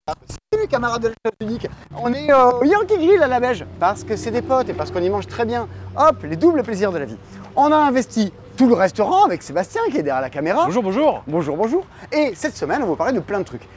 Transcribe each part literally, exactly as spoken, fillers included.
Salut camarades de la chasse unique. On est euh, au Yankee Grill à la Beige parce que c'est des potes et parce qu'on y mange très bien. Hop, les doubles plaisirs de la vie. On a investi tout le restaurant avec Sébastien qui est derrière la caméra. Bonjour, bonjour. Bonjour, bonjour. Et cette semaine, on va vous parler de plein de trucs.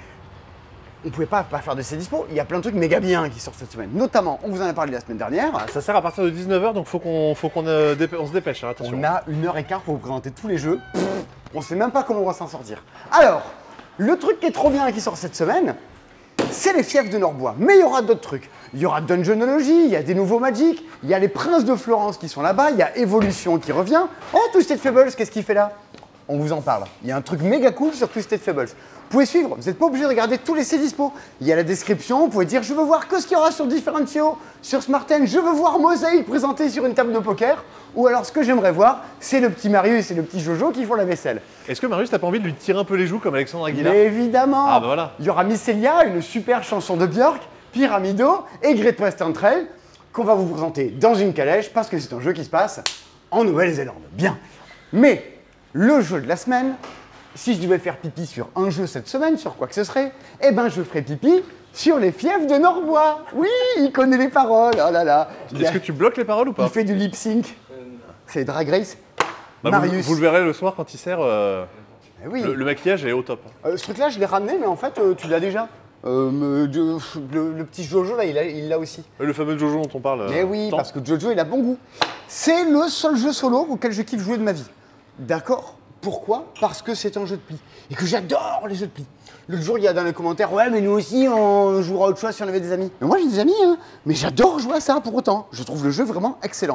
On ne pouvait pas, pas faire de ces dispos, il y a plein de trucs méga bien qui sortent cette semaine. Notamment, on vous en a parlé la semaine dernière. Ça sert à partir de dix-neuf heures, donc faut qu'on faut qu'on euh, dépê- on se dépêche, hein, attention. On a une heure et quart pour vous présenter tous les jeux. Pff, on sait même pas comment on va s'en sortir. Alors, le truc qui est trop bien qui sort cette semaine, c'est les fiefs de Norbois. Mais il y aura d'autres trucs. Il y aura Dungeonology, il y a des nouveaux Magic, il y a les Princes de Florence qui sont là-bas, il y a Evolution qui revient. Oh, Twisted Fables, qu'est-ce qu'il fait là? On vous en parle. Il y a un truc méga cool sur Twisted Fables. Vous pouvez suivre, vous n'êtes pas obligé de regarder tous les C dispo. Il y a la description, vous pouvez dire je veux voir que ce qu'il y aura sur Differentio, sur Smarten, je veux voir Mosaïque présenté sur une table de poker. Ou alors ce que j'aimerais voir, c'est le petit Marius et le petit Jojo qui font la vaisselle. Est-ce que Marius, t'as pas envie de lui tirer un peu les joues comme Alexandre Aguilar? Mais évidemment. Ah bah voilà. Il y aura Mycelia, une super chanson de Björk, Pyramido et Great Western Trail qu'on va vous présenter dans une calèche parce que c'est un jeu qui se passe en Nouvelle-Zélande. Bien. Mais le jeu de la semaine, si je devais faire pipi sur un jeu cette semaine, sur quoi que ce serait, eh ben je ferais pipi sur les fiefs de Norbois. Oui, il connaît les paroles. Oh là là. Il Est-ce a- que tu bloques les paroles ou pas? il fait du lip sync. C'est Drag Race. Bah, vous, Marius. vous le verrez le soir quand il sert. euh, Eh oui. le, le maquillage est au top. Euh, ce truc-là, je l'ai ramené, mais en fait, euh, tu l'as déjà. Euh, me- de- le, le petit Jojo, là, il l'a il l'a aussi. Le fameux Jojo dont on parle. Mais oui, parce que Jojo, il a bon goût. C'est le seul jeu solo auquel je kiffe jouer de ma vie. D'accord? Pourquoi? Parce que c'est un jeu de pli. Et que j'adore les jeux de pli. L'autre jour, il y a dans les commentaires, ouais, mais nous aussi, on jouera à autre chose si on avait des amis. Mais moi, j'ai des amis, hein. Mais j'adore jouer à ça pour autant. Je trouve le jeu vraiment excellent.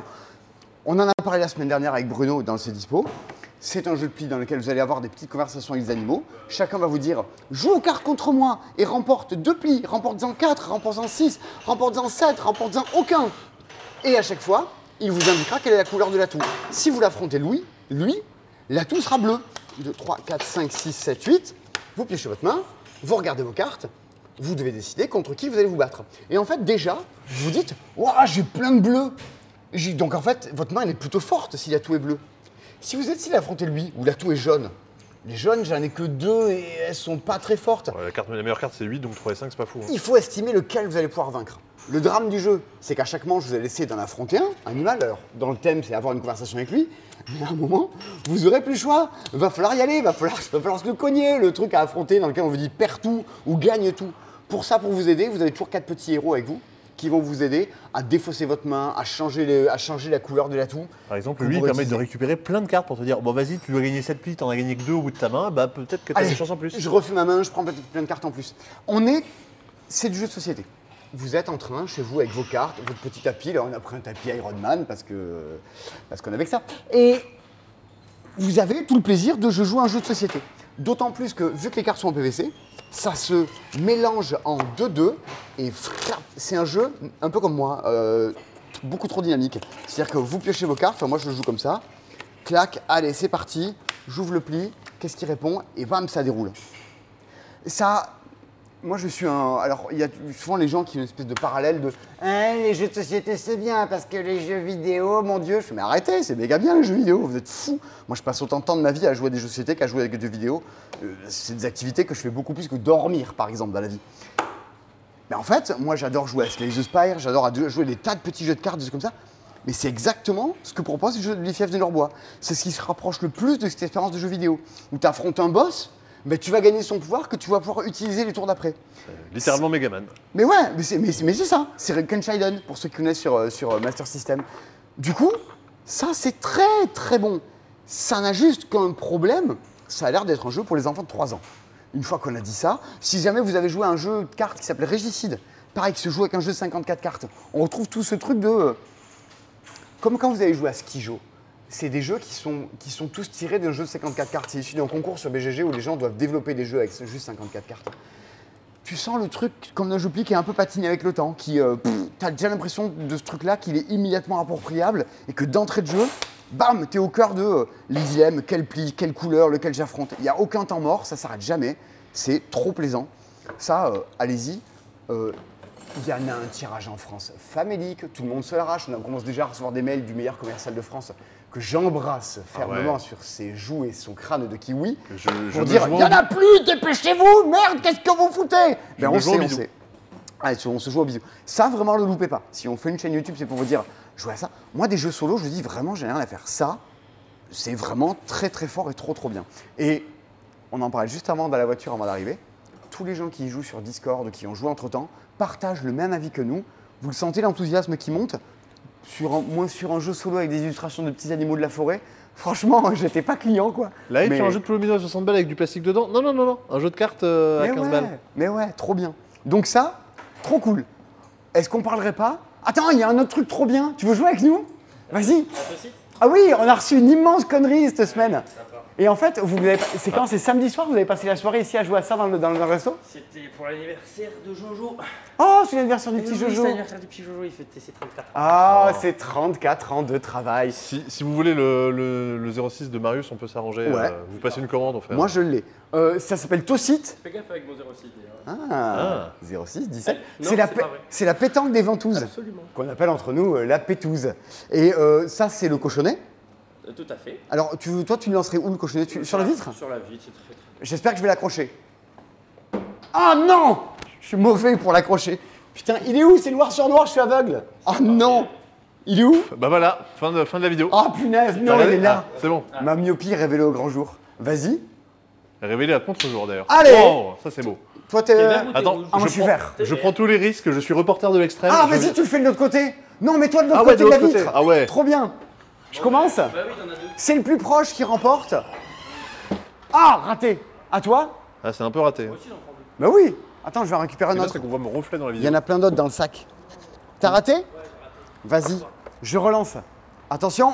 On en a parlé la semaine dernière avec Bruno dans le C Dispo. C'est un jeu de pli dans lequel vous allez avoir des petites conversations avec les animaux. Chacun va vous dire joue aux cartes contre moi et remporte deux plis, remporte-en quatre, remporte-en six, remporte-en sept, remporte-en aucun. Et à chaque fois, il vous indiquera quelle est la couleur de l'atout. Si vous l'affrontez lui, lui, l'atout sera bleu. deux, trois, quatre, cinq, six, sept, huit. Vous piochez votre main, vous regardez vos cartes, vous devez décider contre qui vous allez vous battre. Et en fait, déjà, vous vous dites waouh, j'ai plein de bleus. J'ai- Donc en fait, votre main elle est plutôt forte si l'atout est bleu. Si vous êtes si d'affronter lui, ou l'atout est jaune, les jaunes, j'en ai que deux et elles sont pas très fortes. Ouais, la, carte, la meilleure carte c'est huit, donc trois et cinq, c'est pas fou. hein. Il faut estimer lequel vous allez pouvoir vaincre. Le drame du jeu, c'est qu'à chaque manche, vous allez essayer d'en affronter un, animal. Alors, dans le thème, c'est avoir une conversation avec lui. Mais à un moment, vous aurez plus le choix. Il va falloir y aller, il va falloir, va falloir se le cogner, le truc à affronter dans lequel on vous dit perds tout ou gagne tout. Pour ça, pour vous aider, vous avez toujours quatre petits héros avec vous qui vont vous aider à défausser votre main, à changer, les- à changer la couleur de l'atout. Par exemple, Vous lui, il pourrez permet de utiliser. récupérer plein de cartes pour te dire bon, vas-y, tu dois gagner sept plis, t'en as gagné que deux au bout de ta main, bah peut-être que t'as Allez, des chances en plus. je refais ma main, je prends peut-être plein de cartes en plus. On est, c'est du jeu de société. Vous êtes en train, chez vous, avec vos cartes, votre petit tapis. Là, on a pris un tapis Iron Man parce que parce qu'on avait que ça. Et vous avez tout le plaisir de jouer à un jeu de société. D'autant plus que, vu que les cartes sont en P V C, ça se mélange en deux deux et frappe. C'est un jeu un peu comme moi, euh, beaucoup trop dynamique. C'est-à-dire que vous piochez vos cartes, enfin moi je joue comme ça, clac, allez c'est parti, j'ouvre le pli, qu'est-ce qui répond et bam ça déroule. Ça, moi je suis un... Alors il y a souvent les gens qui ont une espèce de parallèle de hein, les jeux de société c'est bien parce que les jeux vidéo, mon Dieu, je fais mais arrêtez, c'est méga bien les jeux vidéo, vous êtes fous. Moi je passe autant de temps de ma vie à jouer à des jeux de société qu'à jouer avec des jeux vidéo. Euh, c'est des activités que je fais beaucoup plus que dormir par exemple dans la vie. Mais en fait, moi j'adore jouer à Slay the Spire, j'adore à jouer des tas de petits jeux de cartes, des trucs comme ça. Mais c'est exactement ce que propose le jeu de les fiefs de Norbois. C'est ce qui se rapproche le plus de cette expérience de jeu vidéo. Où tu affrontes un boss, mais tu vas gagner son pouvoir que tu vas pouvoir utiliser les tours d'après. Littéralement Megaman. Mais ouais, mais c'est mais, c'est- mais c'est ça, c'est Rekenscheiden pour ceux qui connaissent sur, euh, sur euh, Master System. Du coup, ça c'est très très bon. Ça n'a juste qu'un problème, ça a l'air d'être un jeu pour les enfants de trois ans. Une fois qu'on a dit ça, si jamais vous avez joué à un jeu de cartes qui s'appelle Régicide, pareil qui se joue avec un jeu de cinquante-quatre cartes, on retrouve tout ce truc de... euh, comme quand vous avez joué à Skijo. C'est des jeux qui sont, qui sont tous tirés d'un jeu de cinquante-quatre cartes. C'est issu d'un concours sur B G G où les gens doivent développer des jeux avec ce- juste cinquante-quatre cartes. Tu sens le truc comme un jeu pli qui est un peu patiné avec le temps, qui euh, tu as déjà l'impression de ce truc-là qu'il est immédiatement appropriable et que d'entrée de jeu, bam, t'es au cœur de euh, les dilemmes, quel pli, quelle couleur, lequel j'affronte. Il n'y a aucun temps mort, ça s'arrête jamais, c'est trop plaisant. Ça, euh, allez-y. Euh, Il y en a un tirage en France famélique, tout le monde se l'arrache. On commence déjà à recevoir des mails du meilleur commercial de France que j'embrasse fermement ouais. sur ses joues et son crâne de kiwi, Je, je pour me dire joins il y en au- a plus, dépêchez-vous, merde, qu'est-ce que vous foutez Ben me on joins sait, au on bisou. sait. Allez, on se joue au bisou. Ça, vraiment, le loupez pas. Si on fait une chaîne YouTube, c'est pour vous dire, jouez à ça. Moi, des jeux solo, je dis vraiment, j'ai rien à faire. Ça, c'est vraiment très très fort et trop trop bien. Et on en parlait juste avant dans la voiture, avant d'arriver. Tous les gens qui y jouent sur Discord, qui ont joué entre-temps, partagent le même avis que nous. Vous le sentez, l'enthousiasme qui monte sur un, moi, sur un jeu solo avec des illustrations de petits animaux de la forêt. Franchement, j'étais pas client, quoi. Là, Mais- tu as un jeu de Plomino à soixante balles avec du plastique dedans. Non, non, non, non. Un jeu de cartes euh, à mais quinze ouais, balles. Mais ouais, trop bien. Donc ça, trop cool. Est-ce qu'on parlerait pas Attends, il y a un autre truc trop bien. Tu veux jouer avec nous Vas-y. Ah oui, on a reçu une immense connerie cette semaine. Et en fait, vous, vous avez, c'est quand C'est samedi soir, vous avez passé la soirée ici à jouer à ça dans le, dans le resto C'était pour l'anniversaire de Jojo. Oh, c'est l'anniversaire du Eh petit oui, Jojo. C'est l'anniversaire du petit Jojo, il fêtait ses trente-quatre ans. Ah, Oh. c'est trente-quatre ans de travail. Si, si vous voulez le, le, le zéro six de Marius, on peut s'arranger. Ouais. euh, vous passez une commande, on fait. Moi, un- je l'ai. Euh, ça s'appelle Tossit. Fais gaffe avec mon zéro six d'ailleurs. Ah, zéro six dix-sept. Non, c'est la, c'est pé- pas vrai. c'est la pétanque des ventouses, Absolument. qu'on appelle entre nous euh, la pétouze. Et euh, ça, c'est le cochonnet. Euh, tout à fait. Alors, tu, toi, tu le lancerais où le cochonnet Tu- Sur la vitre Sur la vitre, c'est très très. J'espère que je vais l'accrocher. Ah non Je suis mauvais pour l'accrocher. Putain, il est où C'est noir sur noir, je suis aveugle. Ah non Il est où Bah voilà, fin de, fin de la vidéo. Ah punaise, non, T'as il regardé est là. Ah, c'est bon. Ma myopie révélée au grand jour. Vas-y. Révélé à contre-jour d'ailleurs. Allez Oh, ça c'est beau. Toi, t'es... T'es vert ou t'es Attends, rouge Ah, moi, je, je suis prends, vert. je prends tous les risques, je suis reporter de l'extrême. Ah, je- vas-y, tu le fais de l'autre côté. Non, mais toi de l'autre Ah ouais, côté de de la l'autre côté. vitre. Ah ouais. Trop bien. Je commence. Bah oui, t'en as deux. C'est le plus proche qui remporte. Ah, raté. À toi Ah, c'est un peu raté. Moi aussi, j'en prends deux. Bah oui. Attends, je vais en récupérer un Là, autre. c'est qu'on voit me reflet dans la Il vidéo. y en a plein d'autres dans le sac. T'as raté Vas-y, je relance. Attention.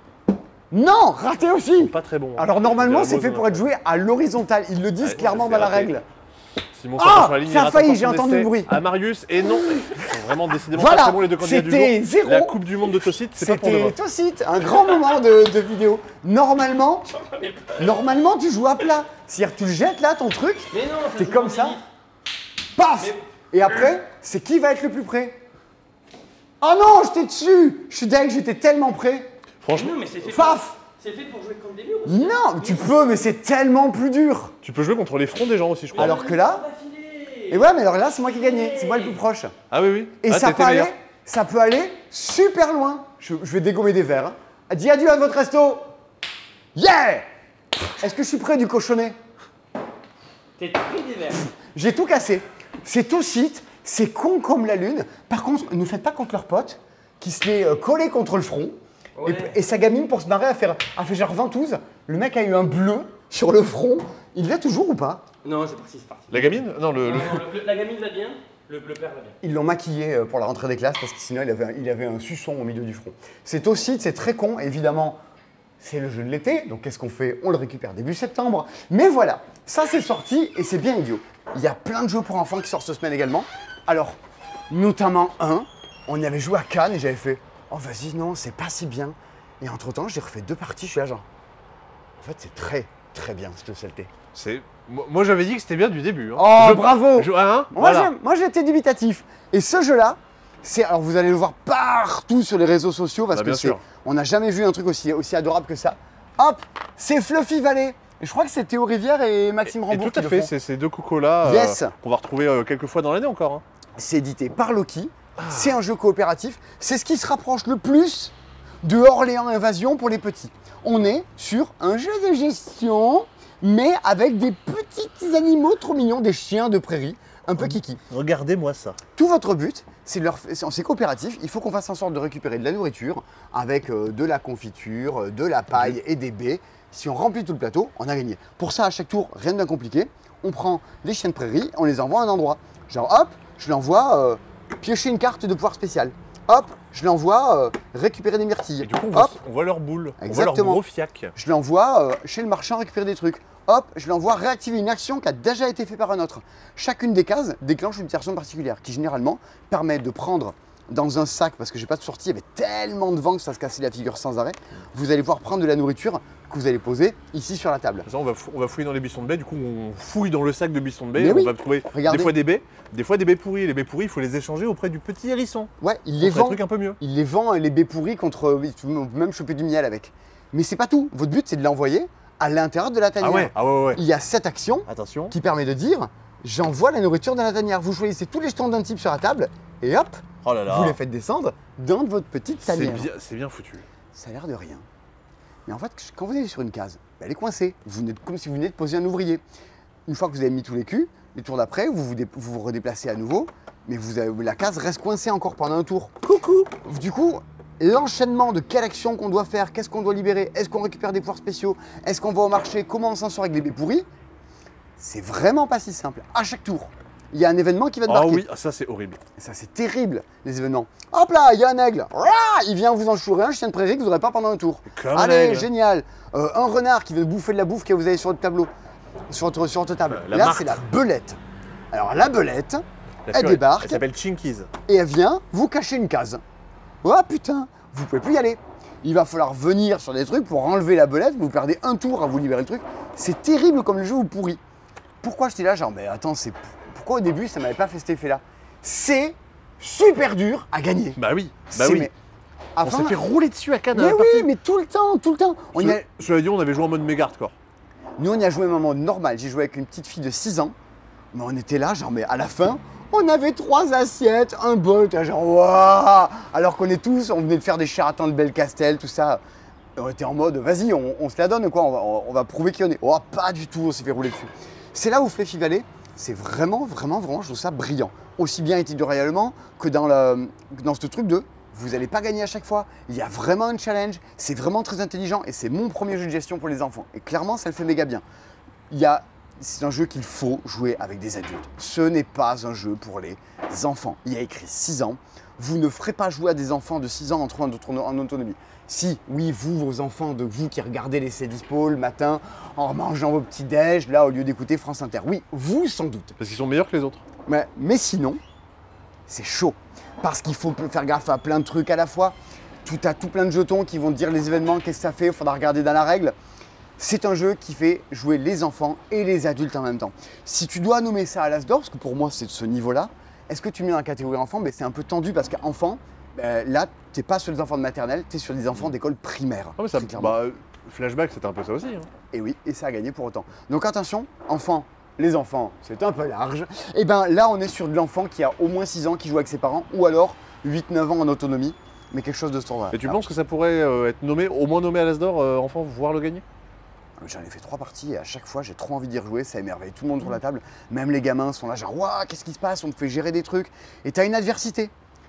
Non, raté aussi. Pas très bon. hein. Alors normalement, c'est Moi, fait j'en pour ai être joué à l'horizontale. Ils le disent Ouais, clairement c'est dans la raté. règle. Simon Ah, s'approche sur la ligne, ça a il rate failli, encore j'ai son entendu essai le bruit. À Marius, et non, ils sont vraiment décidément Voilà, pas très bons les deux candidats du jour. c'était zéro. La Coupe du Monde de Tossit, c'est pas pour C'était demain. Tossit, un grand moment de, de vidéo. Normalement, normalement, tu joues à plat. C'est-à-dire que tu le jettes là, ton truc, Mais non, ça t'es joue comme dans ça, des vitres. paf. Et après, c'est qui va être le plus près. Oh non, j'étais dessus. Je suis dingue, j'étais tellement près. Franchement, Non, mais c'est fait, Paf. c'est fait pour jouer contre des murs aussi. Non, tu peux, mais c'est tellement plus dur. tu peux jouer contre les fronts des gens aussi, je crois. Alors que là, et ouais, mais alors là, c'est moi qui ai gagné. C'est moi le plus proche. Ah oui, oui. Et ah, ça, peut t'étais meilleur. aller, ça peut aller super loin. Je, je vais dégommer des verres. hein. Dis adieu à votre resto. Yeah. Est-ce que je suis prêt du cochonnet? T'es pris des verres. J'ai tout cassé. C'est tout site, c'est con comme la lune. Par contre, ne faites pas contre leur pote qui se l'est euh, collé contre le front. Ouais. Et, et sa gamine, pour se marrer, a fait, a fait genre ventouse. Le mec a eu un bleu sur le front. Il l'a toujours ou pas? Non, c'est parti, c'est parti. La gamine Non, le. le- Non, non, le bleu- la gamine va bien, le bleu père va bien. Ils l'ont maquillé euh, pour la rentrée des classes parce que sinon il avait, un- il avait un suçon au milieu du front. C'est aussi, c'est très con, évidemment. C'est le jeu de l'été, donc qu'est-ce qu'on fait? On le récupère début septembre. Mais voilà, ça c'est sorti et c'est bien idiot. Il y a plein de jeux pour enfants qui sortent cette semaine également. Alors, notamment un, on y avait joué à Cannes et j'avais fait « Oh vas-y, non, c'est pas si bien ». Et entre-temps, j'ai refait deux parties, je suis là genre « En fait, c'est très, très bien cette saleté C'est. Moi, moi, j'avais dit que c'était bien du début. hein. ». Oh, Je- bravo je- hein Moi, Voilà. j'aime- moi, j'ai été dubitatif. Et ce jeu-là, c'est, alors vous allez le voir partout sur les réseaux sociaux parce Bah, que bien c'est, sûr. on n'a jamais vu un truc aussi, aussi adorable que ça. Hop, c'est Fluffy Valley. Et je crois que c'est Théo Rivière et Maxime Et Rambourg tout à qui fait, le font. c'est ces deux cocos-là euh, Yes. qu'on va retrouver euh, quelques fois dans l'année encore. hein. C'est édité par Loki. Ah. C'est un jeu coopératif. C'est ce qui se rapproche le plus de Orléans Invasion pour les petits. On est sur un jeu de gestion, mais avec des petits animaux trop mignons, des chiens de prairie, un peu kiki. Regardez-moi ça. Tout votre but, c'est de leur, c'est c'est coopératif. Il faut qu'on fasse en sorte de récupérer de la nourriture avec euh, de la confiture, euh, de la paille et des baies. Si on remplit tout le plateau, on a gagné. Pour ça, à chaque tour, rien de bien compliqué. On prend les chiens de prairie, on les envoie à un endroit. Genre, hop, je l'envoie euh, piocher une carte de pouvoir spécial. Hop, je l'envoie euh, récupérer des myrtilles. Et du coup, on voit, Hop, on voit leur boule, on voit Exactement. leur gros fiac. je l'envoie euh, chez le marchand récupérer des trucs. Hop, je l'envoie réactiver une action qui a déjà été faite par un autre. Chacune des cases déclenche une action particulière qui généralement permet de prendre dans un sac, parce que j'ai pas de sortie, il y avait tellement de vent que ça se cassait la figure sans arrêt. Vous allez pouvoir prendre de la nourriture que vous allez poser ici sur la table. Ça, on, va fou- on va fouiller dans les buissons de baie, du coup on fouille dans le sac de buissons de baie, Mais on oui. va trouver Regardez. des fois des baies, des fois des baies pourries. Les baies pourries, il faut les échanger auprès du petit hérisson. Ouais, il On les ferait un vend. truc un peu mieux. Il les vend, les baies pourries contre. Tu peux même choper du miel avec. Mais c'est pas tout. Votre but, c'est de l'envoyer à l'intérieur de la tanière. Ah ouais, ah ouais, ouais. Il y a cette action Attention. qui permet de dire j'envoie la nourriture dans la tanière. Vous choisissez tous les jetons d'un type sur la table et hop, Oh là là. vous les faites descendre dans votre petite C'est tanière. bien, c'est bien foutu. Ça a l'air de rien. Mais en fait, quand vous allez sur une case, ben, elle est coincée. Vous venez de- comme si vous venez de poser un ouvrier. Une fois que vous avez mis tous les culs, les tours d'après, vous vous, dé- vous vous redéplacez à nouveau, mais vous avez, la case reste coincée encore pendant un tour. Coucou. Du coup, l'enchaînement de quelle action qu'on doit faire, qu'est-ce qu'on doit libérer, est-ce qu'on récupère des pouvoirs spéciaux, est-ce qu'on va au marché, comment on s'en sort avec les baies pourries, c'est vraiment pas si simple. À chaque tour, il y a un événement qui va Ah débarquer. oui, ah, ça c'est horrible. Et ça, c'est terrible, les événements. Hop là, il y a un aigle. Rah, il vient vous enchourer un chien de prairie que vous n'aurez pas pendant un tour. Comme un Allez, aigle. génial. Euh, un renard qui veut bouffer de la bouffe que vous avez sur votre tableau, sur votre, sur votre table. Euh, la Là, martre. c'est la belette. Alors, la belette, La elle furée. débarque Elle s'appelle Chinkies. et elle vient vous cacher une case. Oh putain, vous pouvez plus y aller. Il va falloir venir sur des trucs pour enlever la belette. Vous perdez un tour à vous libérer le truc. C'est terrible comme le jeu vous pourrit. Pourquoi j'étais là genre, mais attends, c'est pourquoi au début ça m'avait pas fait cet effet-là? C'est super dur à gagner. Bah oui, bah C'est- oui. mais- On Avant- s'est fait rouler dessus à Cannes. Mais à la oui, partie. mais tout le temps, tout le temps. On y a- Ce- Cela dit, on avait joué en mode méga hardcore. Nous, on y a joué à un moment normal. J'ai joué avec une petite fille de six ans. Mais on était là, genre, mais à la fin, on avait trois assiettes, un bol. T'es genre, waouh. Alors qu'on est tous, on venait de faire des charlatans de Belcastel, tout ça. Et on était en mode, vas-y, on, on se la donne, quoi. On va, on- on va prouver qui on est. Oh, pas du tout, on s'est fait rouler dessus. C'est là où Fluffy Valley, c'est vraiment, vraiment, vraiment, je trouve ça brillant. Aussi bien éditorialement que dans, le, dans ce truc de vous n'allez pas gagner à chaque fois. Il y a vraiment un challenge, c'est vraiment très intelligent et c'est mon premier jeu de gestion pour les enfants. Et clairement, ça le fait méga bien. Il y a, c'est un jeu qu'il faut jouer avec des adultes. Ce n'est pas un jeu pour les enfants. Il y a écrit six ans. Vous ne ferez pas jouer à des enfants de six ans en, en, en autonomie. Si, oui, vous, vos enfants, de vous qui regardez les C Dispo le matin en mangeant vos petits déj, là, au lieu d'écouter France Inter. Oui, vous, sans doute. Parce qu'ils sont meilleurs que les autres. Mais, mais sinon, c'est chaud. Parce qu'il faut faire gaffe à plein de trucs à la fois. Tout à tout plein de jetons qui vont te dire les événements, qu'est-ce que ça fait, il faudra regarder dans la règle. C'est un jeu qui fait jouer les enfants et les adultes en même temps. Si tu dois nommer ça à l'As d'or, parce que pour moi c'est de ce niveau-là, est-ce que tu mets dans la catégorie enfant? Ben, c'est un peu tendu parce qu'enfant, ben, là, tu n'es pas sur les enfants de maternelle, tu es sur des enfants d'école primaire. Ah mais ça, très clairement. bah, Flashback, c'était un peu ça aussi. Hein. Et oui, et ça a gagné pour autant. Donc attention, enfants, les enfants, c'est un peu large. Et bien là, on est sur de l'enfant qui a au moins six ans, qui joue avec ses parents, ou alors huit neuf ans en autonomie, mais quelque chose de ce genre. Et tu penses que ça pourrait euh, être nommé, au moins nommé à l'As d'or, euh, enfant, voire le gagner? J'en ai fait trois parties et à chaque fois j'ai trop envie d'y rejouer, ça émerveille tout le monde sur la table. Même les gamins sont là genre waouh, qu'est-ce qui se passe, on te fait gérer des trucs. Et t'as une adversité.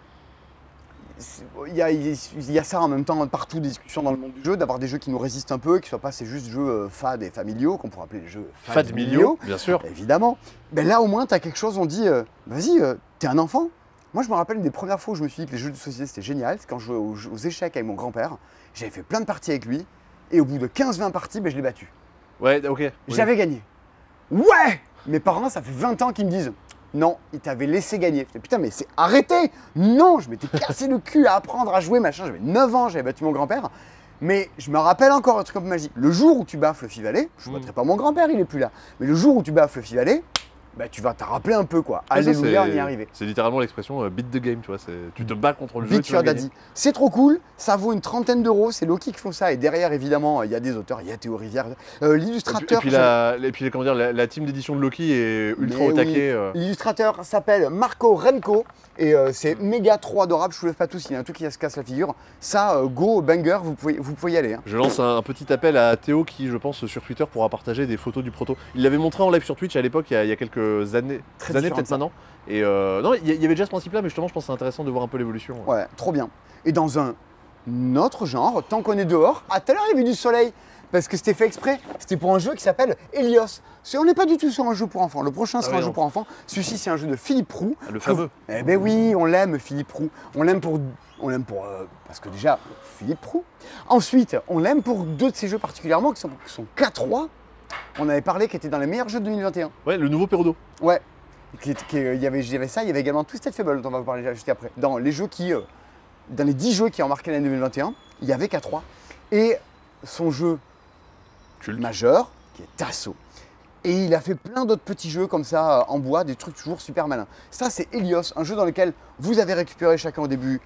C'est- Il y, a, il y a ça en même temps partout, des discussions dans le monde du jeu, d'avoir des jeux qui nous résistent un peu, qui ne soient pas ces juste jeux euh, fades et familiaux, qu'on pourrait appeler les jeux Fad Milio, bien sûr. Évidemment. Ben là au moins t'as quelque chose, on dit euh, vas-y, euh, t'es un enfant. Moi je me rappelle une des premières fois où je me suis dit que les jeux de société c'était génial, c'est quand je jouais aux, aux échecs avec mon grand-père. J'avais fait plein de parties avec lui. Et au bout de quinze vingt parties, ben, je l'ai battu. Ouais, ok. Oui. J'avais gagné. Ouais. Mes parents, ça fait vingt ans qu'ils me disent non, ils t'avaient laissé gagner. Je fais, putain, mais c'est arrêté. Non, je m'étais cassé le cul à apprendre à jouer, machin. J'avais neuf ans, j'avais battu mon grand-père. Mais je me rappelle encore un truc un peu magique. Le jour où tu bats Fluffy Valley, je ne Mm. battrai pas mon grand-père, il est plus là. Mais le jour où tu bats Fluffy Valley, bah, tu vas t'en rappeler un peu quoi. Ah, ça, Alléluia, on c'est- y est arrivé. C'est littéralement l'expression euh, beat the game, tu vois. c'est- Tu te bats contre le jeu. Beat tu vas Your gagner. Daddy. C'est trop cool, ça vaut une trentaine d'euros, c'est Loki qui font ça. Et derrière, évidemment, il y a des auteurs, il y a Théo Rivière. Euh, Et puis, et L'illustrateur. puis, la, et puis comment dire, la, la team d'édition de Loki est ultra Mais au oui. taquet. euh. L'illustrateur s'appelle Marco Renko et euh, c'est méga trop adorable. Je vous lève pas tous, il y a un truc qui se casse la figure. Ça, euh, go banger, vous pouvez, vous pouvez y aller. hein. Je lance un, un petit appel à Théo qui, je pense, sur Twitter pourra partager des photos du proto. Il l'avait montré en live sur Twitch à l'époque, il, y a- il y a quelques années, Très années différent peut-être de ça. maintenant. Et euh, non, il y, il y avait déjà ce principe-là, mais justement, je pense que c'est intéressant de voir un peu l'évolution. Ouais, trop bien. Et dans un autre genre, tant qu'on est dehors, à tout à l'heure il y avait du soleil. Parce que c'était fait exprès, c'était pour un jeu qui s'appelle Helios. C'est- On n'est pas du tout sur un jeu pour enfants. Le prochain sera ouais, un jeu non. pour enfants. Celui-ci, c'est un jeu de Philippe Roux. Le fameux. Eh ben oui, on l'aime, Philippe Roux. On l'aime pour. On l'aime pour. euh, parce que déjà, Philippe Roux. Ensuite, on l'aime pour deux de ses jeux particulièrement qui sont, qui sont K trois. On avait parlé qui étaient dans les meilleurs jeux de deux mille vingt et un. Ouais, le nouveau Perudo. Ouais. Qui, qui- il, y avait, il y avait ça, il y avait également Twisted Fable dont on va vous parler juste après. Dans les jeux qui. euh, dans les dix jeux qui ont marqué l'année deux mille vingt et un, il y avait K trois. Et son jeu Culte. majeur, qui est Tasso. Et il a fait plein d'autres petits jeux comme ça, euh, en bois, des trucs toujours super malins. Ça, c'est Helios, un jeu dans lequel vous avez récupéré chacun au début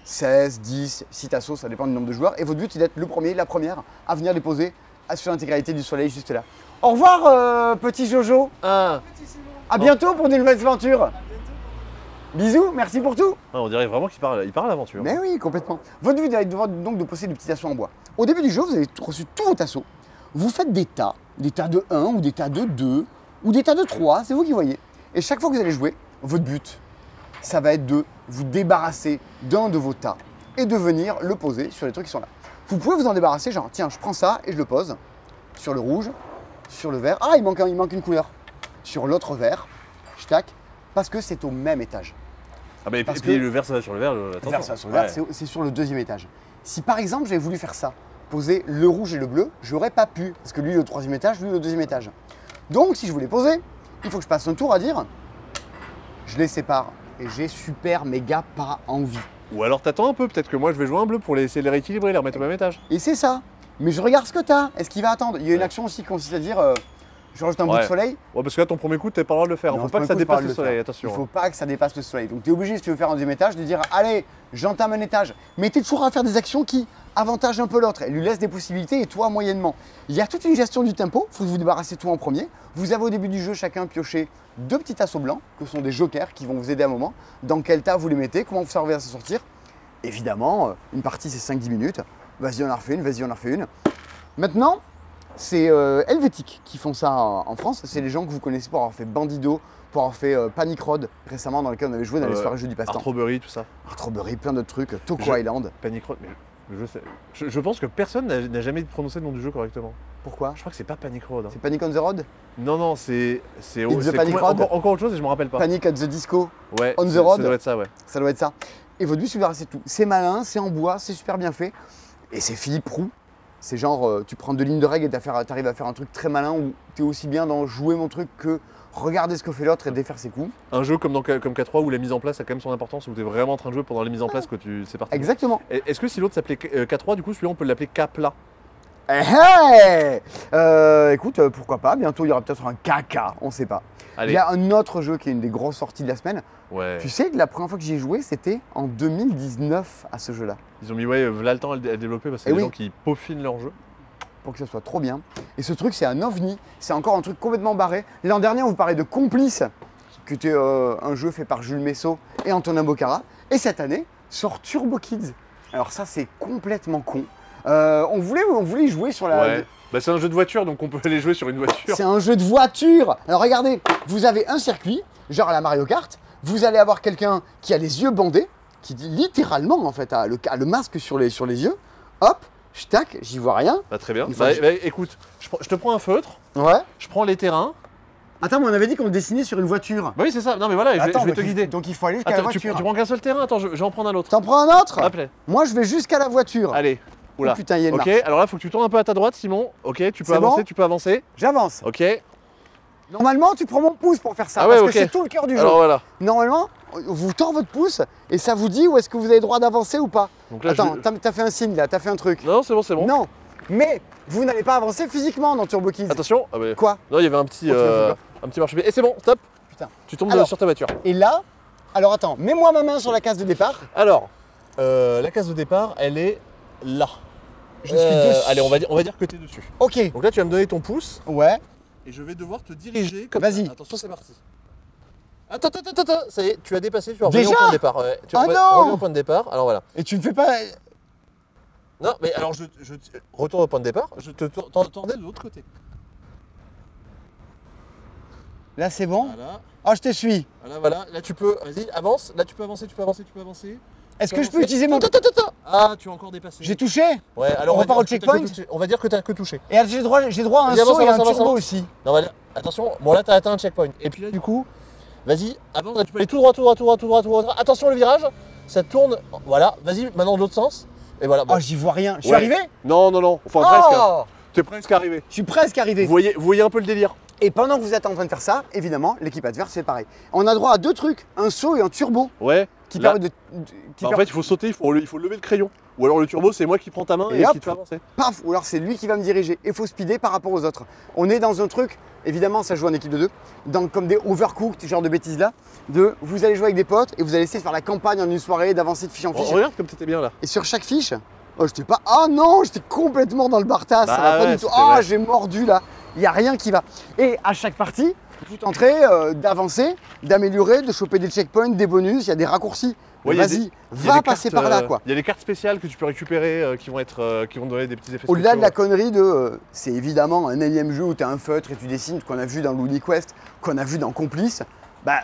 seize, dix, six tasseaux, ça dépend du nombre de joueurs. Et votre but, c'est d'être le premier, la première à venir les poser sur l'intégralité du soleil juste là. Au revoir, euh, petit Jojo. Ah, À bientôt pour de nouvelles aventures. Bisous, merci pour tout. ah, on dirait vraiment qu'il parle, il parle à l'aventure. Mais oui, complètement. Votre but va être donc de posséder des petits tasseaux en bois. Au début du jeu, vous avez reçu tous vos tasseaux. Vous faites des tas, des tas de un ou des tas de deux ou des tas de trois, c'est vous qui voyez. Et chaque fois que vous allez jouer, votre but, ça va être de vous débarrasser d'un de vos tas et de venir le poser sur les trucs qui sont là. Vous pouvez vous en débarrasser, genre tiens, je prends ça et je le pose sur le rouge, sur le vert. Ah, il manque, un- il manque une couleur. Sur l'autre vert, je tac, parce que c'est au même étage. Ah, mais et Parce puis que- le vert, ça va sur le vert. le- attention. Vert, ça, sur le vert, Ouais. c'est- c'est sur le deuxième étage. Si par exemple j'avais voulu faire ça, poser le rouge et le bleu, j'aurais pas pu, parce que lui le troisième étage, lui le deuxième étage. Donc si je voulais poser, il faut que je passe un tour à dire, je les sépare et j'ai super méga pas envie. Ou alors t'attends un peu, peut-être que moi je vais jouer un bleu pour les, essayer de les rééquilibrer, les remettre au même étage. Et c'est ça. Mais je regarde ce que t'as. Est-ce qu'il va attendre? Il y a une Ouais. action aussi qui consiste à dire, euh, je rajoute un bout Ouais. de soleil. Ouais, parce que là, ton premier coup, t'as pas le droit de le faire. Non, Faut ce pas que premier ça coup, j'ai pas dépasse le le faire. soleil, Il attention. faut pas que ça dépasse le soleil. Donc tu es obligé, si tu veux faire un deuxième étage, de dire allez, j'entame un étage. Mais tu es toujours à faire des actions qui avantagent un peu l'autre. Elle lui laisse des possibilités et toi moyennement. Il y a toute une gestion du tempo. Il faut vous débarrasser de tout en premier. Vous avez au début du jeu chacun pioché deux petits tasseaux blancs, que sont des jokers qui vont vous aider à un moment. Dans quel tas vous les mettez, comment vous servez à s'en sortir. Évidemment, euh, une partie c'est cinq dix minutes. Vas-y, on en refait une, vas-y, on en refait une. Maintenant, c'est euh, Helvétique qui font ça en, en France. C'est les gens que vous connaissez pour avoir fait Bandido, pour avoir fait euh, Panic Road récemment, dans lequel on avait joué dans les Euh, soirées jeux du passe-temps. Arthroberry, tout ça. Arthroberry, plein d'autres trucs, Toko Je- Island. Panic Road, mais je sais. Je, je pense que personne n'a n'a jamais prononcé le nom du jeu correctement. Pourquoi? Je crois que c'est pas Panic Road. hein. C'est Panic on the Road? Non, non, c'est. C'est It's the c'est Panic com- Road encore, encore autre chose et je me rappelle pas. Panic at the Disco, Ouais, on the c'est- road. Ça doit être ça, ouais. ça doit être ça. Et votre but, c'est de rester tout. C'est malin, c'est en bois, c'est super bien fait. Et c'est Philippe Roux. C'est genre, euh, tu prends deux lignes de règles et tu arrives à faire un truc très malin où tu es aussi bien dans jouer mon truc que regarder ce que fait l'autre et défaire ses coups. Un jeu comme dans K- comme K trois où la mise en place a quand même son importance, où tu es vraiment en train de jouer pendant la mise en place que tu. C'est parti. Exactement. Et- Est-ce que si l'autre s'appelait K- euh, K trois, du coup, celui-là, on peut l'appeler K plat? Eh, hey Euh, écoute, euh, pourquoi pas, bientôt il y aura peut-être un caca, on sait pas. Allez. Il y a un autre jeu qui est une des grosses sorties de la semaine. Ouais. Tu sais que la première fois que j'y ai joué, c'était en deux mille dix-neuf à ce jeu-là. Ils ont mis, ouais, voilà le temps à le à le développer parce que Eh c'est des oui. gens qui peaufinent leur jeu. Pour que ça soit trop bien. Et ce truc, c'est un ovni. C'est encore un truc complètement barré. L'an dernier, on vous parlait de Complice, qui était euh, un jeu fait par Jules Messot et Antonin Bocara. Et cette année, sort Turbo Kids. Alors ça, c'est complètement con. Euh, on, voulait, on voulait y jouer sur la... Ouais. Bah, c'est un jeu de voiture, donc on peut aller jouer sur une voiture. C'est un jeu de voiture. Alors regardez, vous avez un circuit, genre à la Mario Kart. Vous allez avoir quelqu'un qui a les yeux bandés, qui dit littéralement en fait a le, a le masque sur les, sur les yeux. Hop, je tac, j'y vois rien. Bah, très bien. Une fois Bah, que je- bah, écoute, je, prends- je te prends un feutre, Ouais. je prends les terrains. Attends, mais on avait dit qu'on le dessinait sur une voiture. Bah oui, c'est ça. Non, mais voilà, je vais, Attends, je vais donc te il- guider. Donc il faut aller jusqu'à la Attends, tu, voiture. tu prends qu'un seul terrain? Attends, je, je vais en prendre un autre. T'en prends un autre? Hop là. Moi, je vais jusqu'à la voiture. Allez. Oula. Oh, putain, il y a une Ok, marche. alors là, faut que tu tournes un peu à ta droite, Simon. Ok, tu peux C'est avancer, bon tu peux avancer. J'avance. Ok. Normalement, tu prends mon pouce pour faire ça. Ah ouais, parce ok. que c'est tout le cœur du jeu. Alors voilà. Normalement, vous tord votre pouce et ça vous dit où est-ce que vous avez le droit d'avancer ou pas. Donc là, Attends, je- t'as t'as fait un signe là, t'as fait un truc. Non, c'est bon, c'est bon. Non, mais vous n'allez pas avancer physiquement dans Turbo Kids. Attention. Ah bah, Quoi? non, il y avait un petit, Oh, tu m'as euh, fait un petit marche-pied. Et c'est bon, stop. Putain. Tu tombes Alors. sur ta voiture. Et là, alors attends, mets-moi ma main sur la case de départ. Alors, euh, la case de départ, elle est là. Je suis dessus. Allez, on va dire, on va dire que tu es dessus. Ok. Donc là, tu vas me donner ton pouce Ouais. et je vais devoir te diriger comme Vas-y. ça. Attention, c'est parti. Attends, attends, attends, attends, ça y est, tu as dépassé, tu as Déjà revenu au point de départ. Ouais. Tu Ah reviens- non reviens au point de départ. Alors voilà. Et tu me fais pas. Non, mais alors je, je retourne au point de départ, je te tour- t'en- tordais de l'autre côté. Là, c'est bon. Voilà, Oh, je te suis. voilà, voilà. Là, tu peux, vas-y, avance. Là, tu peux avancer, tu peux avancer, tu peux avancer. Est-ce Tu que peux je peux avancer. utiliser mon. Attends, attends, attends. Ah, tu as encore dépassé. J'ai touché. Ouais, alors On va repart dire au que t'as checkpoint que touché. On va dire que t'as que touché. Et j'ai droit, j'ai droit à un Vas-y, avance, saut et un avance, avance, turbo avance. aussi. Non, voilà. Attention, bon là, t'as atteint un checkpoint. Et puis là, du coup, vas-y, avance. Là, tu peux aller tout droit, tout droit, tout droit, tout droit, tout droit. Attention, le virage, ça tourne. Voilà, vas-y, maintenant de l'autre sens. Et voilà. bon. Oh, j'y vois rien. Je suis Ouais. arrivé. Non, non, non. Enfin, presque. Oh, T'es presque arrivé. je suis presque arrivé. Vous voyez, vous voyez un peu le délire. Et pendant que vous êtes en train de faire ça, évidemment, l'équipe adverse, c'est pareil. On a droit à deux trucs, un saut et un turbo. Ouais. qui Là- permet de. de- qui Bah, en permet- fait, il faut sauter, il faut, il faut lever le crayon. Ou alors le turbo, c'est moi qui prends ta main Et et, hop. qui te fait avancer. Paf, ou alors c'est lui qui va me diriger. Il faut speeder par rapport aux autres. On est dans un truc, évidemment, ça joue en équipe de deux, dans, comme des overcooked, ce genre de bêtises là, de vous allez jouer avec des potes et vous allez essayer de faire la campagne en une soirée, d'avancer de fiche en Oh, fiche. regarde comme t'étais bien là. Et sur chaque fiche, oh, j'étais pas. Ah non, j'étais complètement dans le bartas, ça Bah va pas ouais, du tout. c'était Ah, vrai. j'ai mordu là, il n'y a rien qui va. Et à chaque partie, vous tenterez euh, d'avancer, d'améliorer, de choper des checkpoints, des bonus, il y a des raccourcis. Ouais, il y a Vas-y, des- Il y a va des passer cartes, par là euh, quoi. Il y a des cartes spéciales que tu peux récupérer euh, qui vont être, euh, qui vont donner des petits effets Au-delà de spéciaux. la connerie de. euh, c'est évidemment un énième jeu où tu as un feutre et tu dessines, qu'on a vu dans Looney Quest, qu'on a vu dans Complice. Bah,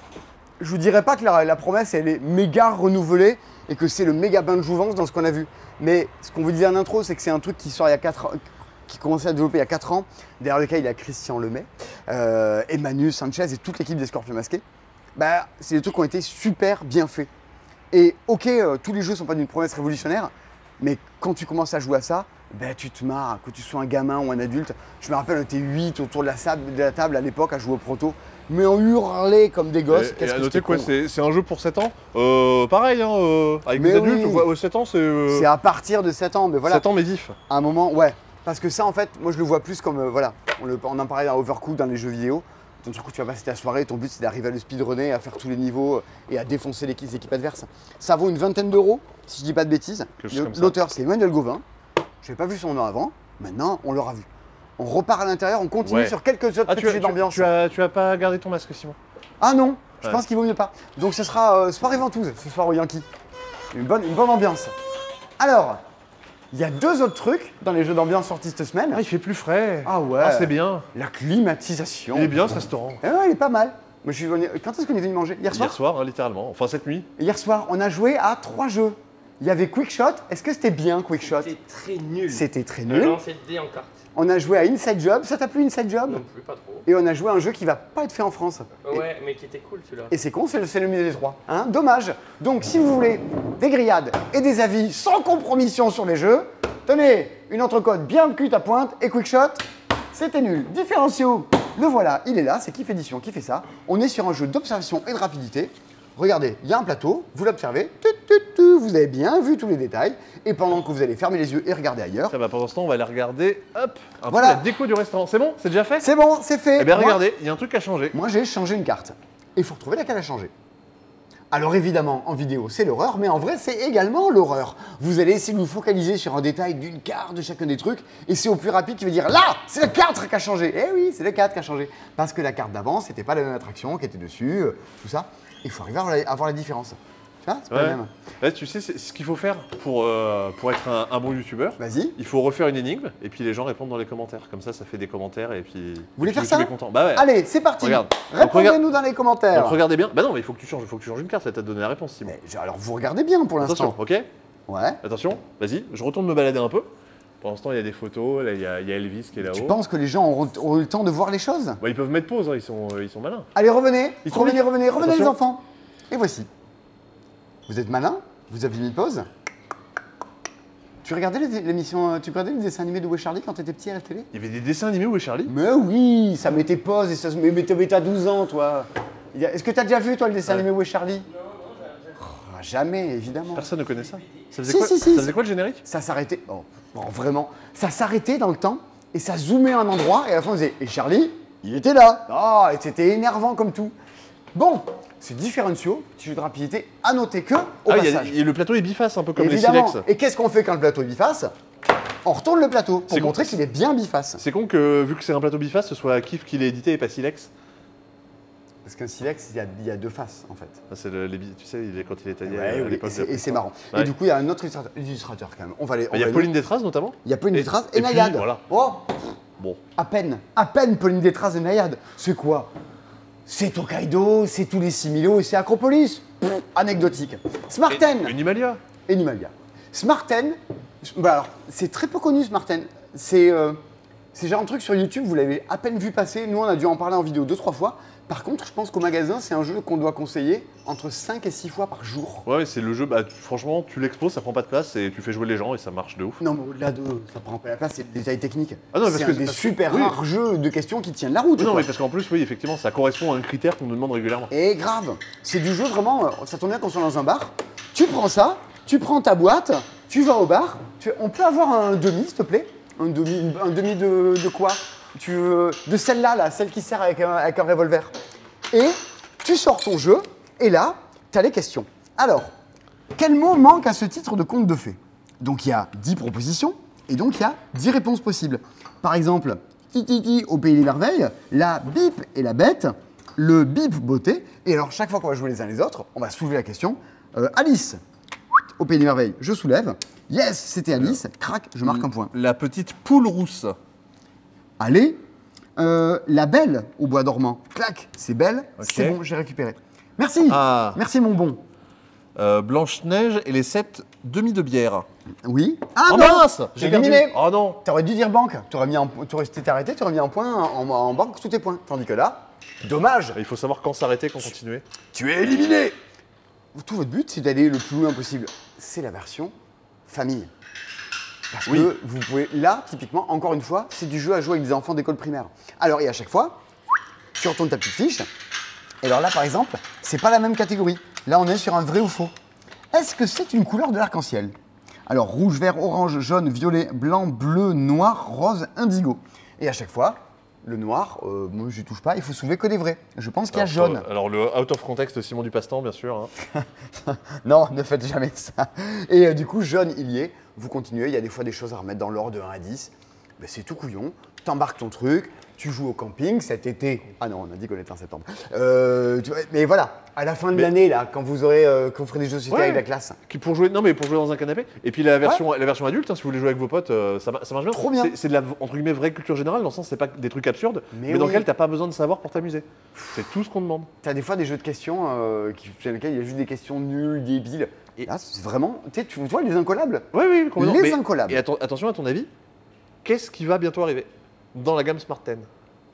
je vous dirais pas que la, la promesse elle est méga renouvelée et que c'est le méga bain de jouvence dans ce qu'on a vu. Mais ce qu'on vous disait en intro, c'est que c'est un truc qui sort il y a quatre ans, qui commençait à développer il y a quatre ans, derrière lequel il y a Christian Lemay, euh, Emmanuel Sanchez et toute l'équipe des Scorpions Masqués. Bah, c'est des trucs qui ont été super bien faits. Et ok, euh, tous les jeux ne sont pas d'une promesse révolutionnaire, mais quand tu commences à jouer à ça, ben, tu te marres, que tu sois un gamin ou un adulte. Je me rappelle, on était huit autour de la, sable- de la table à l'époque à jouer au proto, mais on hurlait comme des gosses. Et, et Qu'est-ce à que noter c'était quoi, con. c'est c'est un jeu pour sept ans. Euh, pareil, hein, euh, avec Mais des adultes, oui. ouais, ouais, sept ans c'est. euh, C'est à partir de sept ans, mais voilà, sept ans mais vif. à un moment, ouais. Parce que ça, en fait, moi je le vois plus comme, euh, voilà, on, le, on en parlait dans Overcooked, dans les jeux vidéo. Ton truc où tu vas passer ta soirée, ton but c'est d'arriver à le speedrunner, à faire tous les niveaux euh, et à défoncer les les équipes adverses. Ça vaut une vingtaine d'euros, si je dis pas de bêtises. Quelque chose Le- comme ça. L'auteur c'est Emmanuel Gauvin. Je n'avais pas vu son nom avant, maintenant on l'aura vu. On repart à l'intérieur, on continue Ouais. sur quelques autres Ah, petits tu as, jeux tu, d'ambiance. tu as, tu as pas gardé ton masque, Simon. Ah non, je Ouais. pense qu'il vaut mieux pas. Donc ce sera euh, soirée ventouse ce soir au Yankee. Une bonne, une bonne ambiance. Alors, il y a deux autres trucs dans les jeux d'ambiance sortis cette semaine. Ah, il fait plus frais. Ah ouais. Ah, c'est bien. La climatisation. Il est bien ce restaurant. Eh ouais, il est pas mal. Moi, je suis venu... Quand est-ce qu'on est venu manger? Hier soir Hier soir, hein, littéralement. Enfin, cette nuit. Hier soir, on a joué à trois jeux. Il y avait Quick Shot. Est-ce que c'était bien Quick Shot? C'était très nul. C'était très Un nul. lancer de dés en carte. On a joué à Inside Job. Ça t'a plu Inside Job? Non plus, pas trop. Et on a joué à un jeu qui va pas être fait en France. Et- Ouais, mais qui était cool celui-là. Et c'est con, c'est le, c'est le milieu des trois. Hein, dommage. Donc, si vous voulez des grillades et des avis sans compromission sur les jeux, tenez, une entrecôte bien cuite à pointe et Quick Shot, c'était nul. Différencio, le voilà, il est là, c'est Kiff Édition qui fait ça. On est sur un jeu d'observation et de rapidité. Regardez, il y a un plateau, vous l'observez, tu, tu, tu, vous avez bien vu tous les détails. Et pendant que vous allez fermer les yeux et regarder ailleurs, Ça va, pendant ce temps, on va aller regarder, hop, un Voilà. peu la déco du restaurant. C'est bon? C'est déjà fait? c'est bon, c'est fait. Eh bien, Moi- regardez, il y a un truc à changer. Moi, j'ai changé une carte. Et il faut retrouver laquelle a changé. Alors évidemment, en vidéo, c'est l'horreur, mais en vrai, c'est également l'horreur. Vous allez essayer de vous focaliser sur un détail d'une carte de chacun des trucs, et c'est au plus rapide qui va dire « Là, c'est le quatre qui a changé !» Eh oui, c'est le quatre qui a changé. Parce que la carte d'avant, c'était pas la même attraction qui était dessus, euh, tout ça. Il faut arriver à avoir la, à voir la différence. Tu vois, c'est pas Ouais. la même. Là, tu sais, c'est- ce qu'il faut faire pour, euh, pour être un, un bon youtubeur, Vas-y. il faut refaire une énigme et puis les gens répondent dans les commentaires. Comme ça, ça fait des commentaires et puis. Vous voulez et puis faire YouTube ça est content. Bah ouais. Allez, c'est parti. Regarde. Donc, Répondez-nous dans les commentaires. Donc regardez bien. Bah non, mais il faut que tu changes, il faut que tu changes une carte. Là, t'as donné la réponse, Simon. Mais, j'ai- alors vous regardez bien pour Attention, l'instant. ok? Ouais. Attention, vas-y. Je retourne me balader un peu. Pour l'instant, il y a des photos. Là, il y a, il y a Elvis qui est là-haut. Tu penses que les gens auront, auront eu le temps de voir les choses? Bah, ils peuvent mettre pause. Hein, ils sont, euh, ils sont malins. Allez, revenez, Ils sont revenez, vifs. revenez, revenez les Attention. enfants. Et voici. Vous êtes malins? Vous avez mis pause? Tu regardais les- l'émission, tu regardais les dessins animés de Où est Charlie quand t'étais petit à la télé? Il y avait des dessins animés où est Charlie? Mais oui, ça mettait pause et ça se... Mais, mais t'as- mais t'as douze ans, toi. Il y a- Est-ce que t'as déjà vu, toi, le dessin Ouais. animé Où est Charlie? Oh, jamais, évidemment. Personne ne connaît ça. Ça faisait, Si, quoi, si, si, ça si. faisait quoi le générique? Ça s'arrêtait. Oh, bon, vraiment. Ça s'arrêtait dans le temps et ça zoomait à un endroit et à la fin on disait et Charlie, il était là. Ah, et c'était énervant comme tout. Bon, c'est Differentio, petit jeu de rapidité. À noter que, au Ah, il y a- passage, il y a le plateau est biface, un peu comme évidemment. les Silex. Et qu'est-ce qu'on fait quand le plateau est biface? On retourne le plateau pour C'est con. montrer qu'il est bien biface. C'est con que, vu que c'est un plateau biface, ce soit Kif qui l'ait édité et pas Silex. Parce qu'un silex, il y, a, il y a deux faces en fait. Ah, c'est le, les bi- tu sais, il est- quand il est taillé Ouais, à oui, l'époque. et c'est- de- et c'est marrant. Ouais. Et du coup, il y a un autre illustrateur, illustrateur quand même. On va aller. on Il y a va Pauline aller- Détraz notamment. Il y a Pauline Et- Détraz et et, puis, Nayade. voilà. Oh, Bon. à peine, à peine Pauline Détraz et Nayade. C'est quoi? C'est Tokaido, c'est tous les Similo et c'est Acropolis. Pff, anecdotique. Smarten Et- Unimalia. et Nimalia. Smarten, bah alors, c'est très peu connu Smarten. C'est euh, c'est genre un truc sur YouTube, vous l'avez à peine vu passer. Nous, on a dû en parler en vidéo deux, trois fois. Par contre, je pense qu'au magasin, c'est un jeu qu'on doit conseiller entre cinq et six fois par jour. Ouais, c'est le jeu, bah, tu- franchement, tu l'exposes, ça prend pas de place et tu fais jouer les gens et ça marche de ouf. Non, mais au-delà de ça prend pas la place, c'est le détail technique. Ah non, parce c'est que- un des parce que- super oui. rares jeux de questions qui tiennent la route. Non, quoi. mais parce qu'en plus, oui, effectivement, ça correspond à un critère qu'on nous demande régulièrement. Et grave, c'est du jeu vraiment, euh, ça tombe bien qu'on soit dans un bar. Tu prends ça, tu prends ta boîte, tu vas au bar. Tu- on peut avoir un demi, s'il te plaît. Un demi, un demi de, de quoi tu, euh, De celle-là, là, celle qui sert avec un, avec un revolver. Et tu sors ton jeu, et là, tu as les questions. Alors, quel mot manque à ce titre de conte de fées? Donc il y a dix propositions, et donc il y a dix réponses possibles. Par exemple, Tititi au pays des merveilles, la bip et la bête, le bip beauté. Et alors, chaque fois qu'on va jouer les uns les autres, on va soulever la question. Euh, Alice, au pays des merveilles, je soulève. Yes, c'était Alice. Crac, je marque un point. La petite poule rousse. Allez, euh, la belle au bois dormant. Clac, c'est belle, Ok. c'est bon, j'ai récupéré. Merci, Ah. merci mon bon. Euh, Blanche-Neige et les sept demi de bière. Oui. Ah Oh non, mince, j'ai perdu. éliminé. Oh non. T'aurais dû dire banque. T'aurais mis un, t'aurais été arrêté, t'aurais mis un point en, en banque tous tes points. Tandis que là, dommage, Il faut savoir quand s'arrêter, quand continuer. tu es éliminé. Tout votre but, c'est d'aller le plus loin possible. C'est la version famille. Parce Oui. que vous pouvez, là, typiquement, encore une fois, c'est du jeu à jouer avec des enfants d'école primaire. Alors, et à chaque fois, tu retournes ta petite fiche. Et alors là, par exemple, c'est pas la même catégorie. Là, on est sur un vrai ou faux. Est-ce que c'est une couleur de l'arc-en-ciel? Alors, rouge, vert, orange, jaune, violet, blanc, bleu, noir, rose, indigo. Et à chaque fois, le noir, euh, moi, je touche pas, il faut soulever que des vrais. Je pense qu'il y a Alors, jaune. euh, Alors, le out of context Simon du Passe-Temps, bien sûr. hein. Non, ne faites jamais ça. Et euh, du coup, jaune, il y est. Vous continuez, il y a des fois des choses à remettre dans l'ordre de un à dix. Ben, c'est tout couillon. T'embarques ton truc, tu joues au camping cet été. Ah non, on a dit qu'on était en septembre. Euh, tu vois, mais voilà, à la fin de Mais- l'année, là, quand vous aurez, euh, quand vous ferez des jeux de société Ouais. avec la classe. Qui pour jouer, non mais pour jouer dans un canapé. Et puis la version, la version adulte, hein, si vous voulez jouer avec vos potes, euh, ça, ma- ça marche bien. Trop bien. C'est- C'est de la entre guillemets vraie culture générale, dans le sens c'est pas des trucs absurdes, Mais mais, dans oui. lequel t'as pas besoin de savoir pour t'amuser. C'est tout ce qu'on demande. T'as des fois des jeux de questions euh, qui, sur lesquels il y a juste des questions nulles, débiles. Et là, c'est vraiment, tu sais, tu vois les incollables. Oui, oui, complètement. Les Mais- incollables. Et atten- attention à ton avis, qu'est-ce qui va bientôt arriver dans la gamme Smart dix?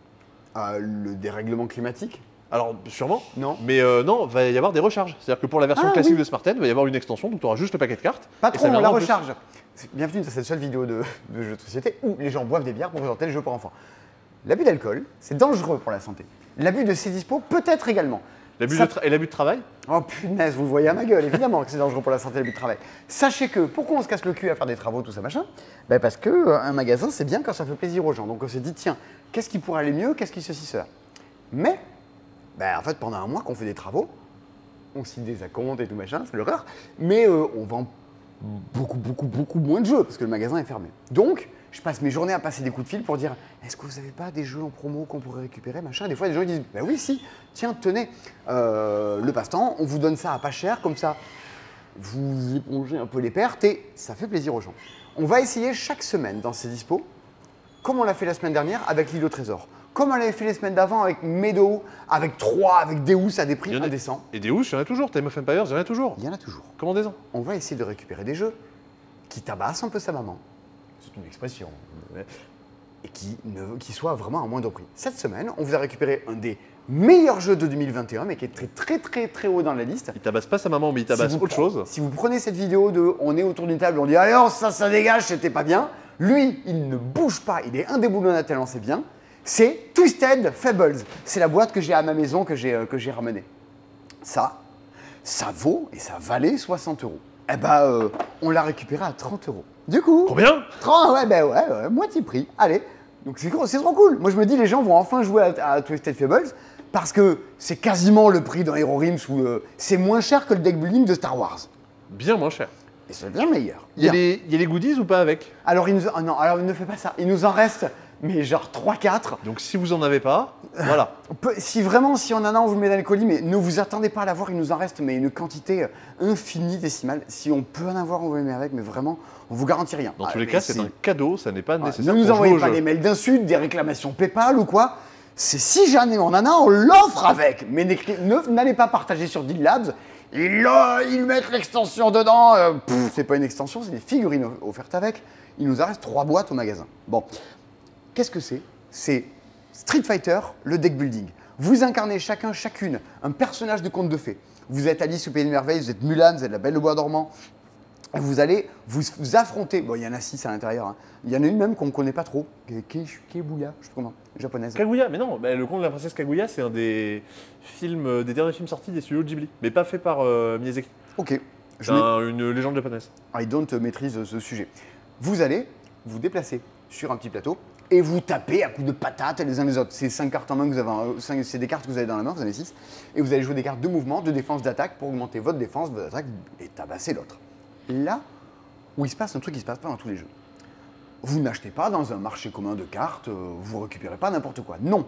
Euh, le dérèglement climatique. Alors sûrement. Non. Mais euh, non, va y avoir des recharges. C'est-à-dire que pour la version Ah, classique oui. de Smart dix, va y avoir une extension, donc tu auras juste le paquet de cartes. Pas et trop, ça on la viendra en plus. recharge. C'est- Bienvenue dans cette seule vidéo de, de jeux de société où les gens boivent des bières pour présenter les jeux pour enfants. L'abus d'alcool, c'est dangereux pour la santé. L'abus de Cdispo peut-être également. L'abus Ça- de tra- et l'abus de travail. Oh punaise, vous le voyez à ma gueule, évidemment que c'est dangereux pour la santé l'abus de travail. Sachez que, pourquoi on se casse le cul à faire des travaux, tout ça machin? Ben parce que euh, un magasin, c'est bien quand ça fait plaisir aux gens. Donc on s'est dit, tiens, qu'est-ce qui pourrait aller mieux, qu'est-ce qui ceci, cela? Mais, ben, en fait, pendant un mois qu'on fait des travaux, on signe des acomptes et tout machin, c'est l'horreur, mais euh, on vend beaucoup, beaucoup, beaucoup moins de jeux parce que le magasin est fermé. Donc, je passe mes journées à passer des coups de fil pour dire est-ce que vous n'avez pas des jeux en promo qu'on pourrait récupérer, machin. Et des fois, les gens ils disent bah oui, si, tiens, tenez, euh, le passe-temps, on vous donne ça à pas cher, comme ça, vous épongez un peu les pertes et ça fait plaisir aux gens. On va essayer chaque semaine dans ces dispos, comme on l'a fait la semaine dernière avec l'île au trésor. Comme on l'avait fait les semaines d'avant avec Meadow, avec trois, avec Deus à des prix Il y en a- indécents. Et des Deus, il y en a toujours. Time of Empires, il y en a toujours. Il y en a toujours. Commandez-en. On va essayer de récupérer des jeux qui tabassent un peu sa maman, c'est une expression, euh, et qui, ne, qui soient vraiment à moindre prix. Cette semaine, on vous a récupéré un des meilleurs jeux de deux mille vingt et un, mais qui est très très très très haut dans la liste. Il tabasse pas sa maman, mais il tabasse Si vous autre pre- chose. Si vous prenez cette vidéo de on est autour d'une table, on dit alors ça, ça dégage, c'était pas bien. Lui, il ne bouge pas, il est indéboulonnable tellement c'est bien. C'est Twisted Fables. C'est la boîte que j'ai à ma maison, que j'ai euh, que j'ai ramenée. Ça, ça vaut et ça valait soixante euros. Eh ben, euh, on l'a récupéré à trente euros. Du coup, Combien trente, ouais, ben ouais, ouais, moitié prix. Allez, donc c'est gros- c'est trop cool. Moi, je me dis, les gens vont enfin jouer à, à Twisted Fables parce que c'est quasiment le prix d'un Hero Rims ou euh, c'est moins cher que le deck building de Star Wars. Bien moins cher. Et c'est bien meilleur. Il y, a Bien. les, il y a les goodies ou pas avec? Alors, il nous... ah non, alors, il ne fait pas ça. Il nous en reste, mais genre trois quatre. Donc si vous en avez pas, voilà. On peut- Si vraiment, si on en a, on vous le met dans les colis, mais ne vous attendez pas à l'avoir, il nous en reste mais une quantité euh, infinie décimale. Si on peut en avoir, on vous le met avec, mais vraiment, on vous garantit rien. Dans Ah, tous les mais cas, c'est un cadeau, ça n'est pas Ouais, nécessaire ne nous pour jouer envoyez au pas jeu. des mails d'insultes, des réclamations PayPal ou quoi. C'est si jamais on en a, on l'offre avec. Mais n'écri- ne- n'allez pas partager sur Deal Labs. Ils, euh, ils mettent l'extension dedans. euh, pff, c'est pas une extension, c'est des figurines off- offertes avec. Il nous en reste trois boîtes au magasin. Bon, qu'est-ce que c'est? C'est Street Fighter, le deck building. Vous incarnez chacun, chacune, un personnage de conte de fées. Vous êtes Alice au Pays des Merveilles, vous êtes Mulan, vous êtes la Belle au Bois dormant. Et vous allez vous, vous affronter. Bon, il y en a six à l'intérieur. Hein. Il y en a une même qu'on ne connaît pas trop. Kebuya, je sais pas comment, japonaise. Kaguya, mais non, bah, le conte de la princesse Kaguya, c'est un des films, euh, des derniers films sortis des studios Ghibli, mais pas fait par euh, Miyazaki. Ok. C'est Je mets- un- une légende japonaise. I don't maîtrise ce sujet. Vous allez vous déplacer sur un petit plateau et vous tapez à coups de patates les uns les autres. C'est cinq cartes en main que vous avez, en- cinq- c'est des cartes que vous avez dans la main, vous en avez six. Et vous allez jouer des cartes de mouvement, de défense, d'attaque pour augmenter votre défense, votre attaque et tabasser l'autre. Là où il se passe un truc qui ne se passe pas dans tous les jeux. Vous n'achetez pas dans un marché commun de cartes, euh, vous ne récupérez pas n'importe quoi. Non.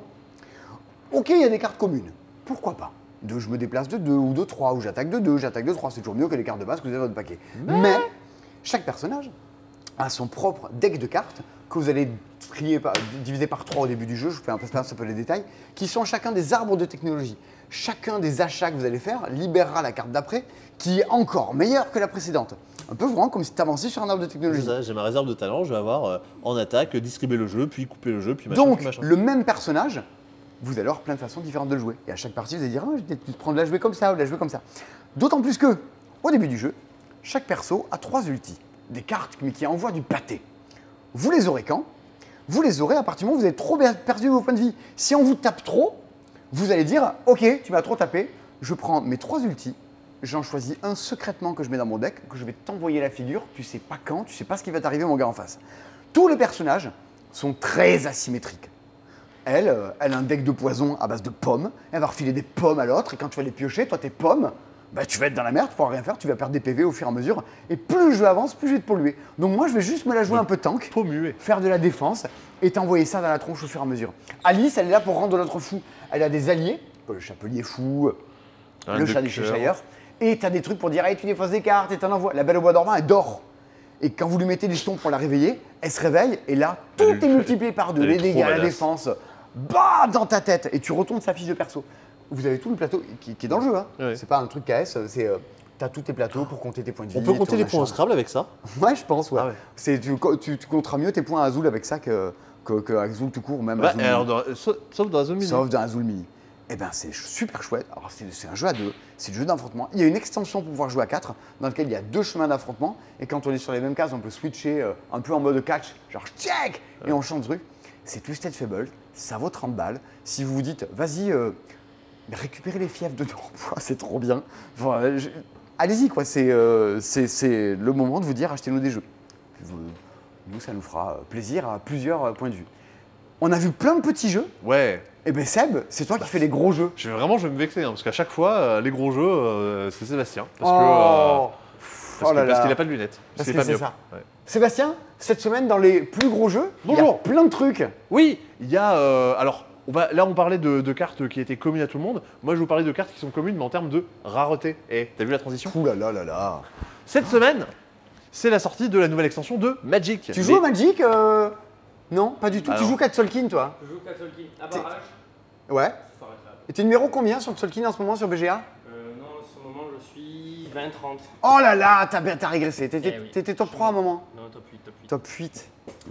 Ok, il y a des cartes communes. Pourquoi pas de, Je me déplace de deux ou de trois, ou j'attaque de deux, j'attaque de trois. C'est toujours mieux que les cartes de base que vous avez dans votre paquet. Mais chaque personnage a son propre deck de cartes que vous allez trier par- diviser par trois au début du jeu. Je vous fais un peu, un peu les détails, qui sont chacun des arbres de technologie. Chacun des achats que vous allez faire libérera la carte d'après, qui est encore meilleure que la précédente. Un peu vraiment comme si tu avançais sur un arbre de C'est technologie. ça, j'ai ma réserve de talent, je vais avoir euh, en attaque, distribuer le jeu, puis couper le jeu, puis machin, Donc, puis machin. le même personnage, vous allez avoir plein de façons différentes de le jouer. Et à chaque partie, vous allez dire, ah, je vais peut-être prendre la jouer comme ça ou la jouer comme ça. D'autant plus que, au début du jeu, chaque perso a trois ultis. Des cartes mais qui envoient du pâté. Vous les aurez quand? Vous les aurez à partir du moment où vous avez trop bien perdu vos points de vie. Si on vous tape trop, vous allez dire, ok, tu m'as trop tapé, je prends mes trois ultis, j'en choisis un secrètement que je mets dans mon deck, que je vais t'envoyer la figure, tu sais pas quand, tu sais pas ce qui va t'arriver mon gars en face. Tous les personnages sont très asymétriques. Elle, euh, elle a un deck de poison à base de pommes, elle va refiler des pommes à l'autre, et quand tu vas les piocher, toi tes pommes, bah, tu vas être dans la merde, tu pourras rien faire, tu vas perdre des P V au fur et à mesure, et plus le jeu avance, plus je vais te polluer. Donc moi je vais juste me la jouer un peu tank, Peau muet. faire de la défense, et t'envoyer ça dans la tronche au fur et à mesure. Alice, elle est là pour rendre l'autre fou. Elle a des alliés, le chapelier fou, Un le chat des Ducker. Cheshire, et t'as des trucs pour dire, hey, tu défausses des cartes, et t'en envoies. La Belle au Bois dormant, elle dort. Et quand vous lui mettez des jetons pour la réveiller, elle se réveille, et là, tout Elle est lui- multiplié par deux. elle est Les trop dégâts, la badass. défense, bah, dans ta tête. Et tu retournes sa fiche de perso. Vous avez tout le plateau qui, qui est dans le jeu. Hein. Ouais. C'est pas un truc K S, c'est. euh, T'as tous tes plateaux pour compter tes points de vie. On peut compter ton les points au machin. Scrabble avec ça. Ouais, je pense, ouais. Ah ouais. C'est, tu, tu, tu compteras mieux tes points à Azul avec ça que, que, que Azul tout court, ou même Bah, Azul et alors, Mini. dans- sauf sauf dans la zone mini. Sauf dans Azul Mini. Eh ben, c'est super chouette. Alors, c'est, c'est un jeu à deux, c'est le jeu d'affrontement. Il y a une extension pour pouvoir jouer à quatre, dans lequel il y a deux chemins d'affrontement. Et quand on est sur les mêmes cases, on peut switcher euh, un peu en mode catch, genre check, et on change de truc. C'est Twisted Fable, ça vaut trente balles. Si vous vous dites, vas-y, euh, récupérez les fiefs de Nord-Poix, c'est trop bien. Enfin, euh, je- allez-y, quoi. C'est, euh, c'est, c'est le moment de vous dire, achetez-nous des jeux. Puis vous- nous, ça nous fera plaisir à plusieurs euh, points de vue. On a vu plein de petits jeux. Ouais. Et ben Seb, c'est toi qui fais les gros jeux. Je vais vraiment, je vais me vexer, hein, parce qu'à chaque fois, euh, les gros jeux, euh, c'est Sébastien. Parce que. Oh. euh, parce Oh là que- parce là. qu'il n'a pas de lunettes. Parce qu'il que est pas c'est myope. ça. Ouais. Sébastien, cette semaine dans les plus gros jeux, il y a Bonjour. plein de trucs. Oui, il y a. euh, alors, on va, là, on parlait de, de cartes qui étaient communes à tout le monde. Moi, je vous parlais de cartes qui sont communes, mais en termes de rareté. Et t'as vu la transition? Ouh là là là là. Cette semaine, c'est la sortie de la nouvelle extension de Magic. Tu Mais- joues au Magic euh, Non, pas du tout. Ah tu non. joues qu'à Tzolk'in, toi. Je joue qu'à Tolkien. À T'es- barrage, Ouais. ça s'arrête là. Et t'es numéro combien sur Tzolk'in en ce moment sur B G A? Euh, non, en ce moment, je suis vingt trente. Oh là là, t'as bien- t'as régressé. T'étais Eh oui. t'étais top trois à un moment. Non, top huit, top huit. Top huit.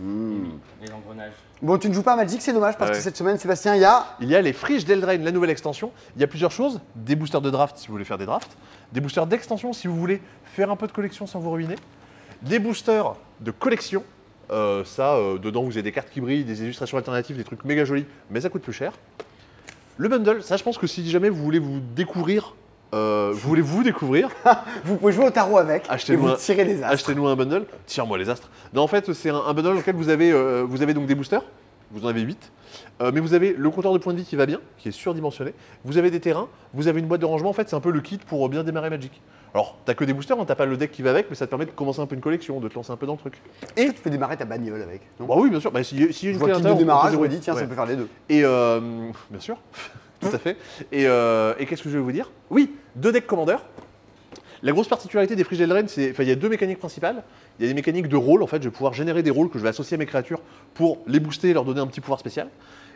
Les engrenages. Bon, tu ne joues pas à Magic, c'est dommage parce Ouais. que cette semaine, Sébastien, il y a. Il y a les Friches d'Eldraine, la nouvelle extension. Il y a plusieurs choses. Des boosters de draft si vous voulez faire des drafts. Des boosters d'extension si vous voulez faire un peu de collection sans vous ruiner. Des boosters de collection. Euh, ça, euh, dedans, vous avez des cartes qui brillent, des illustrations alternatives, des trucs méga jolis, mais ça coûte plus cher. Le bundle, ça, je pense que si jamais vous voulez vous découvrir, euh, vous voulez vous découvrir, Vous pouvez jouer au tarot avec. Et Achetez-nous vous un- tirez les astres. achetez-nous un bundle. Tire-moi les astres. Non, en fait, c'est un, un bundle dans lequel vous avez, euh, vous avez donc des boosters. Vous en avez huit. Euh, mais vous avez le compteur de points de vie qui va bien, qui est surdimensionné. Vous avez des terrains. Vous avez une boîte de rangement. En fait, c'est un peu le kit pour bien démarrer Magic. Alors, t'as que des boosters, hein, t'as pas le deck qui va avec, mais ça te permet de commencer un peu une collection, de te lancer un peu dans le truc. Et tu peux démarrer ta bagnole avec. Non Bah oui, bien sûr. Bah, s'il y a s'il y a je une vois clé kit de intérieure, on peut démarrage, je zéro. me dis, tiens, Ouais. ça peut faire les deux. Et euh, bien sûr, tout à fait. Et, euh, et qu'est-ce que je vais vous dire? Oui, deux decks commandeurs. La grosse particularité des Friges d'Eldraine, c'est enfin, il y a deux mécaniques principales. Il y a des mécaniques de rôle, en fait, je vais pouvoir générer des rôles que je vais associer à mes créatures pour les booster et leur donner un petit pouvoir spécial.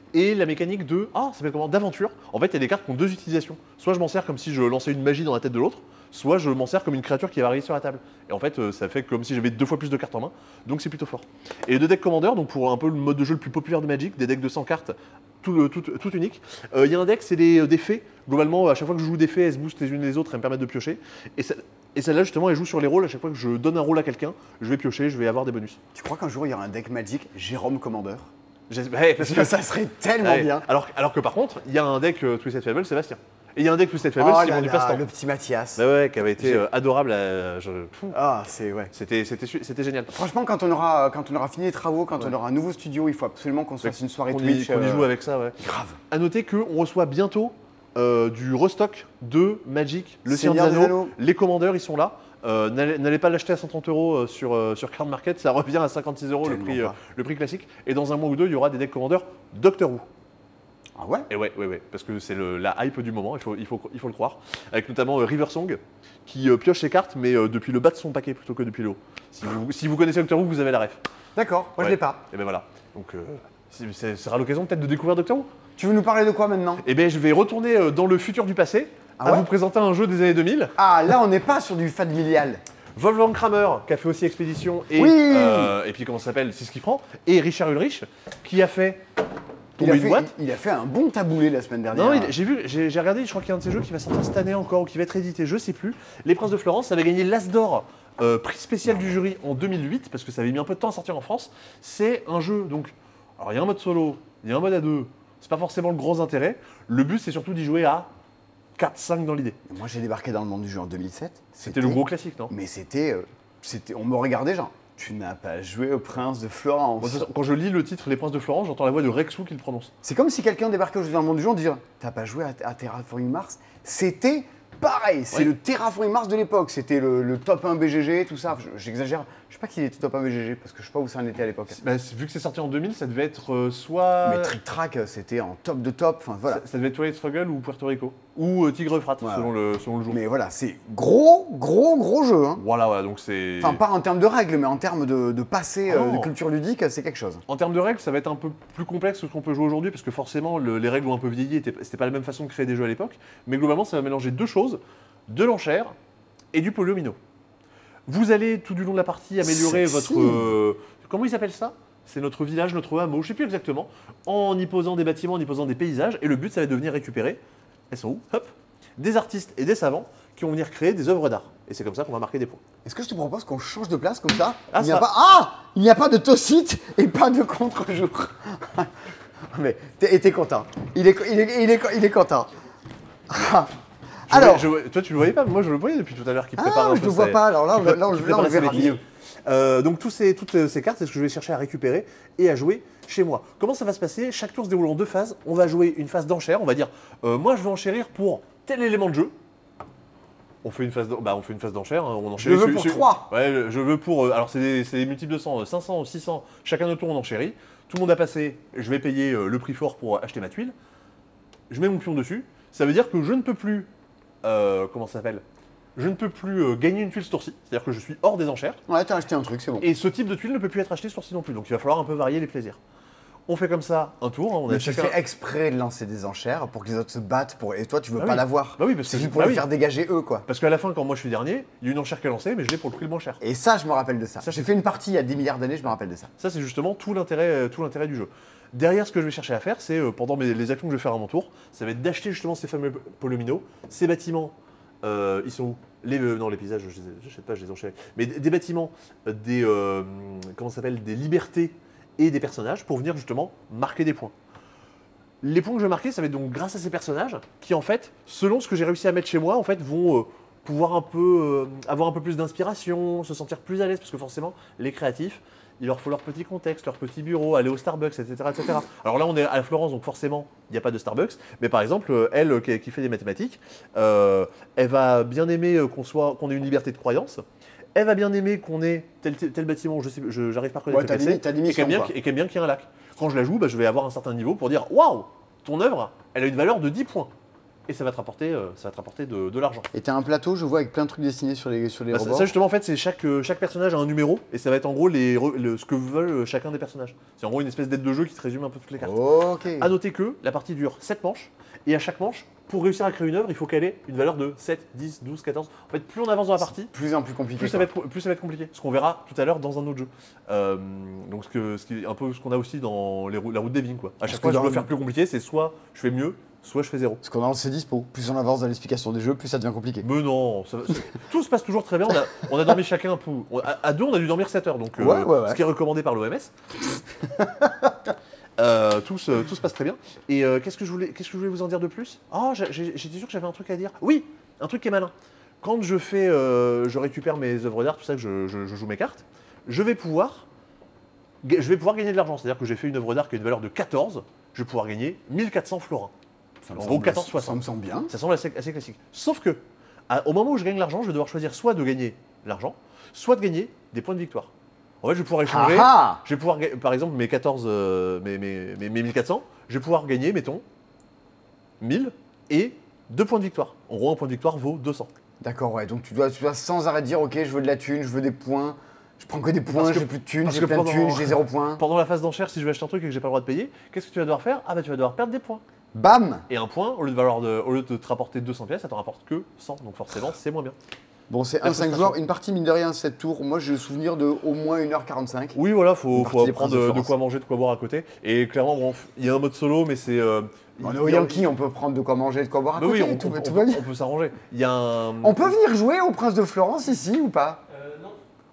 et la mécanique de ah, ça s'appelle comment d'aventure. En fait, il y a des cartes qui ont deux utilisations. Soit je m'en sers comme si je lançais une magie dans la tête de l'autre, soit je m'en sers comme une créature qui va arriver sur la table. Et en fait, euh, ça fait comme si j'avais deux fois plus de cartes en main, donc c'est plutôt fort. Et les deux decks Commander, donc pour un peu le mode de jeu le plus populaire de Magic, des decks de cent cartes, tout, tout, tout unique. Il euh, y a un deck, c'est des, des fées. Globalement, à chaque fois que je joue des fées, elles se boostent les unes les autres, elles me permettent de piocher. Et, ça, et celle-là, justement, elle joue sur les rôles. À chaque fois que je donne un rôle à quelqu'un, je vais piocher, je vais avoir des bonus. Tu crois qu'un jour il y aura un deck Magic Jérôme Commander? Ouais, parce que ça serait tellement ouais. bien. Alors, alors que par contre, il y a un deck euh, Twisted Fable, Sébastien. Et il y a un deck Twisted Fable, Oh Simon là du là, Passe-Temps. le petit Mathias. Bah ouais, qui avait été J'ai- euh, adorable. euh, je- Pfff. Ah, c'est ouais. C'était, c'était, su- c'était génial. Franchement, quand on aura, quand on aura fini les travaux, quand on aura un nouveau studio, il faut absolument qu'on se fasse une soirée Qu'on y, Twitch. qu'on y euh, joue avec ça, ouais. Grave. À noter qu'on reçoit bientôt euh, du restock de Magic, le Seigneur Seigneur des des Anneaux. Anneaux. Les commandeurs, ils sont là. Euh, n'allez, n'allez pas l'acheter à cent trente euros euh, sur, euh, sur Card Market, ça revient à cinquante-six euros le Tellement prix, euh, pas. le prix classique. Et dans un mois ou deux, il y aura des decks commandeurs Doctor Who. Ah ouais. Et ouais, ouais, ouais, parce que c'est le- la hype du moment, il faut, il faut, il faut le croire. Avec notamment euh, Riversong, qui euh, pioche ses cartes, mais euh, depuis le bas de son paquet plutôt que depuis le haut. Si vous, si vous connaissez Doctor Who, vous avez la ref. D'accord. Moi Ouais. je l'ai pas. Et ben voilà. Donc, euh, c'est- c'est- ce sera l'occasion peut-être de découvrir Doctor Who. Tu veux nous parler de quoi maintenant? Et bien, je vais retourner euh, dans le futur du passé, Ah à ouais vous présenter un jeu des années deux mille. Ah là, on n'est pas sur du familial. Wolfgang Kramer, qui a fait aussi Expédition, et, Oui euh, et puis comment ça s'appelle, c'est ce qu'il prend, et Richard Ulrich, qui a fait Il tomber a, une fait, boîte. il, il a fait un bon taboulé la semaine dernière. Non, il- j'ai vu, j'ai j'ai regardé, je crois qu'il y a un de ces jeux qui va sortir cette année encore, ou qui va être édité, je sais plus. Les Princes de Florence, ça avait gagné l'As d'or, euh, prix spécial du jury en deux mille huit, parce que ça avait mis un peu de temps à sortir en France. C'est un jeu, donc, alors il y a un mode solo, il y a un mode à deux, c'est pas forcément le gros intérêt. Le but, c'est surtout d'y jouer à quatre cinq dans l'idée. Moi j'ai débarqué dans le monde du jeu en deux mille sept. C'était le gros classique, non? Mais c'était, euh, c'était, on me regardait genre, tu n'as pas joué au Prince de Florence. Moi, de toute façon, quand je lis le titre Les Princes de Florence, j'entends la voix de Rexou qui le prononce. C'est comme si quelqu'un débarquait aujourd'hui dans le monde du jeu en disant, t'as pas joué à, à Terraforming Mars? C'était pareil, c'est Ouais. le Terraforming Mars de l'époque. C'était le, le top un B G G, tout ça. Je- J'exagère. Je sais pas qu'il était top un B G G parce que je sais pas où ça en était à l'époque. Bah, c'est- vu que c'est sorti en deux mille, ça devait être euh, soit. Mais Trick Track, c'était en top de top. Enfin voilà. ça, ça devait être Twilight Struggle ou Puerto Rico. Ou euh, Tigre Frat, Ouais, selon, le, selon le jour. Mais voilà, c'est gros, gros, gros jeu. Hein. Voilà, voilà, donc c'est. Enfin, pas en termes de règles, mais en termes de, de passé, Ah euh, non. de culture ludique, c'est quelque chose. En termes de règles, ça va être un peu plus complexe que ce qu'on peut jouer aujourd'hui, parce que forcément, le- les règles ont un peu vieilli, étaient- c'était pas la même façon de créer des jeux à l'époque. Mais globalement, ça va mélanger deux choses, de l'enchère et du polyomino. Vous allez, tout du long de la partie, améliorer Sexy. votre... euh, comment ils appellent ça? C'est notre village, notre hameau, je sais plus exactement, en y posant des bâtiments, en y posant des paysages, et le but, ça va être de venir récupérer, elles sont où? Hop, des artistes et des savants qui vont venir créer des œuvres d'art. Et c'est comme ça qu'on va marquer des points. Est-ce que je te propose qu'on change de place comme ça? Ah, Il n'y a ça- pas. Ah Il n'y a pas de Tossite et pas de contre-jour. Mais t'es, et t'es content. Il est, il est, il est, il est content. Ah. Je Alors, vois- je- toi, tu le voyais pas, mais moi, je le voyais depuis tout à l'heure qu'il prépare ah, un je peu ne vois ses- pas. Alors là, on, qui va- pré- là, on, qui là, on prépare le ses verra bêtises. mieux. Euh, donc tous ces, toutes euh, ces cartes, c'est ce que je vais chercher à récupérer et à jouer chez moi. Comment ça va se passer? Chaque tour se déroule en deux phases. On va jouer une phase d'enchère, on va dire euh, moi je vais enchérir pour tel élément de jeu. On fait une phase d'en- bah, on fait une phase d'enchère, hein, on Je le enchérit. veux pour sur- trois. Ouais, je veux pour. euh, alors c'est des, c'est des multiples de cent, euh, cinq cents, six cents, chacun notre tour on enchérit. Tout le monde a passé, je vais payer euh, le prix fort pour acheter ma tuile. Je mets mon pion dessus. Ça veut dire que je ne peux plus. euh, comment ça s'appelle? Je ne peux plus euh, gagner une tuile ce tour-ci. C'est-à-dire que je suis hors des enchères. Ouais, t'as acheté un truc, c'est bon. Et ce type de tuile ne peut plus être acheté ce tour-ci non plus. Donc il va falloir un peu varier les plaisirs. On fait comme ça un tour. hein, on Mais a tu chacun. fais exprès de lancer des enchères pour que les autres se battent pour... et toi tu veux Bah pas oui. l'avoir. Bah oui, parce C'est que- juste pour bah les oui. faire dégager eux quoi. Parce qu'à la fin, quand moi je suis dernier, il y a une enchère qui est lancée, mais je l'ai pour le prix le moins cher. Et ça, je me rappelle de ça. Ça, J'ai c'est- fait une partie il y a dix milliards d'années, je me rappelle de ça. Ça, c'est justement tout l'intérêt, euh, tout l'intérêt du jeu. Derrière, ce que je vais chercher à faire, c'est euh, pendant mes- les actions que je vais faire à mon tour, ça va être d'acheter justement ces fameux polyomino, ces bâtiments. euh, ils sont où? Les, euh, non, les paysages, je, je sais pas, je les enchaîne. Mais des, des bâtiments, euh, des euh, comment ça s'appelle, des libertés et des personnages pour venir justement marquer des points. Les points que je vais marquer, ça va être donc grâce à ces personnages qui, en fait, selon ce que j'ai réussi à mettre chez moi, en fait, vont euh, pouvoir un peu euh, avoir un peu plus d'inspiration, se sentir plus à l'aise, parce que forcément, les créatifs, il leur faut leur petit contexte, leur petit bureau, aller au Starbucks, et cetera, et cetera. Alors là, on est à Florence, donc forcément, il n'y a pas de Starbucks. Mais par exemple, euh, elle, euh, qui, qui fait des mathématiques, euh, elle va bien aimer euh, qu'on soit, qu'on ait une liberté de croyance. Elle va bien aimer qu'on ait tel, tel, tel bâtiment, je sais, je, j'arrive pas à reconnaître Ouais, t'as lequel des- c'est, t'as des et missions, qu'elle aime bien, quoi. et qu'elle aime bien qu'il y ait un lac. Quand je la joue, bah, je vais avoir un certain niveau pour dire waouh, ton œuvre, elle a une valeur de dix points. et ça va te rapporter, euh, ça va te rapporter de, de l'argent. Et t'as un plateau, je vois, avec plein de trucs dessinés sur les, sur les Bah, ça, rebords. ça, justement, en fait, c'est chaque, euh, chaque personnage a un numéro et ça va être en gros les, re- le- ce que veulent euh, chacun des personnages. C'est en gros une espèce d'aide de jeu qui te résume un peu toutes les cartes. Ok. A noter que la partie dure sept manches et à chaque manche, pour réussir à créer une œuvre, il faut qu'elle ait une valeur de sept, dix, douze, quatorze. En fait, plus on avance dans la partie, Plus en plus compliqué. plus ça, quoi. va être, plus ça va être compliqué. Ce qu'on verra tout à l'heure dans un autre jeu. Euh, donc, ce, que, ce qui est un peu ce qu'on a aussi dans les, rou- la route des vignes. Quoi. À chaque Parce fois, que je dans dois le- faire plus compliqué, c'est soit je fais mieux, soit je fais zéro. Parce qu'on a lancé dispo. Plus on avance dans l'explication des jeux, plus ça devient compliqué. Mais non, ça- ça- tout se passe toujours très bien. On a, on a dormi chacun un peu. on- à, à deux, on a dû dormir sept heures, donc euh, Ouais, ouais, ouais. ce qui est recommandé par l'O M S. Euh, tout, se, tout se passe très bien. Et euh, qu'est-ce que je voulais, qu'est-ce que je voulais vous en dire de plus? Oh, j'ai- j'ai- j'étais sûr que j'avais un truc à dire. Oui, un truc qui est malin. Quand je fais, euh, je récupère mes œuvres d'art, tout ça, que je, je- je joue mes cartes, je vais pouvoir, ga- je vais pouvoir gagner de l'argent. C'est-à-dire que j'ai fait une œuvre d'art qui a une valeur de quatorze, je vais pouvoir gagner mille quatre cents florins. Ça me En semble- gros, quatorze Ça soixante. me semble bien. Ça semble assez, assez classique. Sauf que, à- au moment où je gagne l'argent, je vais devoir choisir soit de gagner l'argent, soit de gagner des points de victoire. En fait, je vais pouvoir échanger. Ah Je vais pouvoir, ga- par exemple, mes quatorze, euh, mes, mes, mes, mes mille quatre cents, je vais pouvoir gagner, mettons, mille et deux points de victoire. En gros, un point de victoire vaut deux cents. D'accord, ouais. Donc tu dois, tu dois sans arrêt dire, ok, je veux de la thune, je veux des points. Je prends que des points, Parce que- j'ai plus de thunes, parce j'ai que plein de pendant- thunes, j'ai zéro point. Pendant la phase d'enchère, si je vais acheter un truc et que j'ai pas le droit de payer, qu'est-ce que tu vas devoir faire? Ah bah tu vas devoir perdre des points. Bam. Et un point, au lieu de, valoir de, au lieu de te rapporter deux cents pièces, ça te rapporte que cent. Donc forcément, c'est moins bien. Bon, c'est La un cinq frustration. joueurs, une partie mine de rien, sept tours. Moi, j'ai le souvenir de au moins une heure quarante-cinq. Oui, voilà, faut, Une faut partie des apprendre Princes de de, de Florence. quoi manger, de quoi boire à côté. Et clairement, bon, il y a un mode solo, mais c'est. euh, On il est au y a- Yankee, on peut prendre de quoi manger, de quoi boire à Bah côté, oui, on, tout, on- tout on- va bien. on peut s'arranger. Il y a un. On peut venir jouer au Prince de Florence ici ou pas? Euh, non.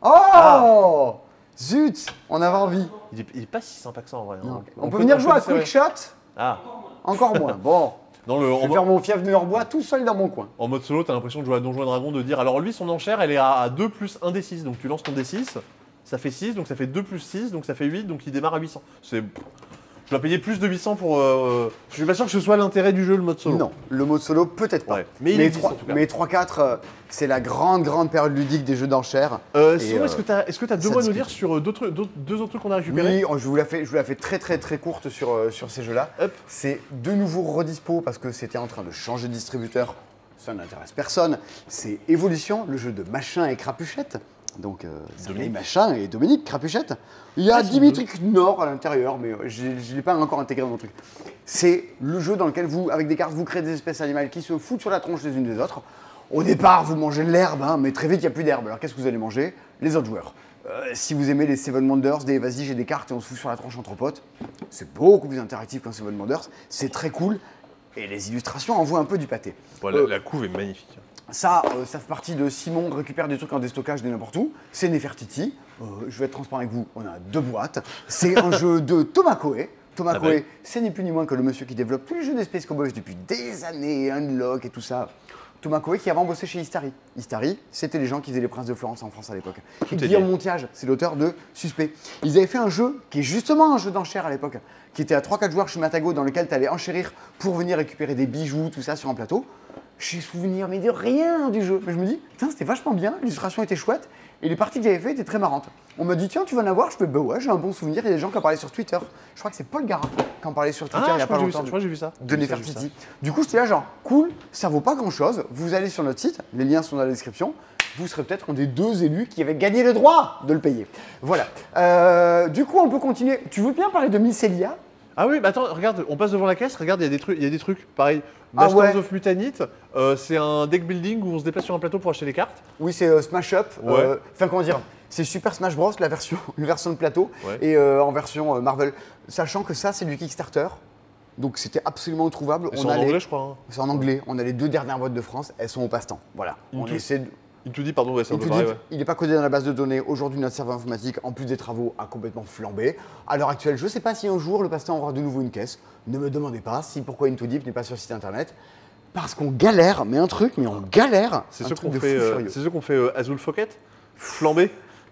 Oh Zut, on avait envie. Il est, il est pas si sympa que ça en vrai. hein. Non. Donc, On peut venir jouer à essayer. Quick Shot. Ah, Encore moins. Bon, dans le, je en, vais mo- faire mon fief de Norbois tout seul dans mon coin. en mode solo, t'as l'impression de jouer à Donjons et Dragons, de dire alors lui, son enchère, elle est à, à deux plus un d six. Donc tu lances ton d six, ça fait six, donc ça fait deux plus six, donc ça fait huit, donc il démarre à huit cents. C'est. Je dois payer plus de huit cents pour. euh, Je suis pas sûr que ce soit l'intérêt du jeu, le mode solo. Non, le mode solo, peut-être pas. Ouais, mais il existe, trois- en tout cas. mais trois quatre, euh, c'est la grande, grande période ludique des jeux d'enchères. Euh, Et, sinon, euh, est-ce que tu as, est-ce que t'as deux ça mots à nous discute. dire sur euh, d'autres, d'autres- deux autres trucs qu'on a récupérés? Oui, je vous la fais, je vous la fais très très très courte sur, euh, sur ces jeux-là. Hop. C'est de nouveau redispo parce que c'était en train de changer de distributeur. Ça n'intéresse personne. C'est Evolution, le jeu de Machin et Crapuchette. Donc, euh, Dominique Machin et Dominique Crapuchette. Il y a Ah, ils sont Dimitri Knorr à l'intérieur, mais euh, je ne l'ai pas encore intégré dans mon truc. C'est le jeu dans lequel vous, avec des cartes, vous créez des espèces animales qui se foutent sur la tronche les unes des autres. Au départ, vous mangez de l'herbe, hein, mais très vite, il n'y a plus d'herbe. Alors, qu'est-ce que vous allez manger? Les autres joueurs. Euh, si vous aimez les Seven Wonders, des vas-y, j'ai des cartes et on se fout sur la tronche entre potes, c'est beaucoup plus interactif qu'un Seven Wonders. C'est très cool. Et les illustrations envoient un peu du pâté. Ouais, Euh, la, la couve est magnifique. Ça, euh, ça fait partie de Simon récupère des trucs en déstockage de n'importe où. C'est Nefertiti. Euh, je vais être transparent avec vous, on a deux boîtes. C'est un jeu de Thomas Koé. Thomas Ah Koé, bah. c'est ni plus ni moins que le monsieur qui développe tous les jeux des Space Cowboys depuis des années, Unlock et tout ça. Thomas Koé qui avant bossé chez Istari. Istari, c'était les gens qui faisaient les Princes de Florence en France à l'époque. Et est Guillaume lié. Montiage, c'est l'auteur de Suspect. Ils avaient fait un jeu qui est justement un jeu d'enchères à l'époque, qui était à trois quatre joueurs chez Matago, dans lequel tu allais enchérir pour venir récupérer des bijoux, tout ça sur un plateau. J'ai souvenir, mais de rien du jeu. Mais je me dis, putain, c'était vachement bien, l'illustration était chouette, et les parties que j'avais faites étaient très marrantes. On m'a dit, tiens, tu vas en avoir? Je fais, bah ouais, j'ai un bon souvenir. Il y a des gens qui en parlaient sur Twitter. Je crois que c'est Paul Gara qui en parlait sur Twitter il y je a crois pas que j'ai vu ça, longtemps. je crois que j'ai vu ça. De J'ai vu ça, j'ai vu Nefertiti. Du coup, j'étais là, genre, cool, ça vaut pas grand chose. Vous allez sur notre site, les liens sont dans la description. Vous serez peut-être un des deux élus qui avaient gagné le droit de le payer. Voilà. Euh, du coup, on peut continuer. Tu veux bien parler de Mycelia? Ah oui, bah attends, regarde, on passe devant la caisse, regarde, il y a des trucs, il y a des trucs, pareil. Ah Masters ouais. of Mutanite, euh, c'est un deck building où on se déplace sur un plateau pour acheter les cartes. Oui, c'est euh, Smash Up. Ouais. Euh, Enfin, comment dire? C'est Super Smash Bros, la version, une version de plateau, Ouais. et euh, en version euh, Marvel. Sachant que ça, c'est du Kickstarter. Donc, c'était absolument trouvable. C'est en a les- anglais, je crois. hein. C'est en anglais. On a les deux dernières boîtes de France. Elles sont au passe-temps. Voilà. On Into- essaie de... Il te dit, pardon, ouais, c'est un Il peu te pareil, dit, ouais. il n'est pas codé dans la base de données. Aujourd'hui, notre serveur informatique, en plus des travaux, a complètement flambé. À l'heure actuelle, je ne sais pas si un jour le passe-temps aura de nouveau une caisse. Ne me demandez pas si pourquoi Into Deep n'est pas sur le site internet. Parce qu'on galère, mais un truc, mais on galère. C'est un ceux truc qu'on de fait, fou euh, furieux. c'est ceux qu'on fait euh, Azul Focket, flambé.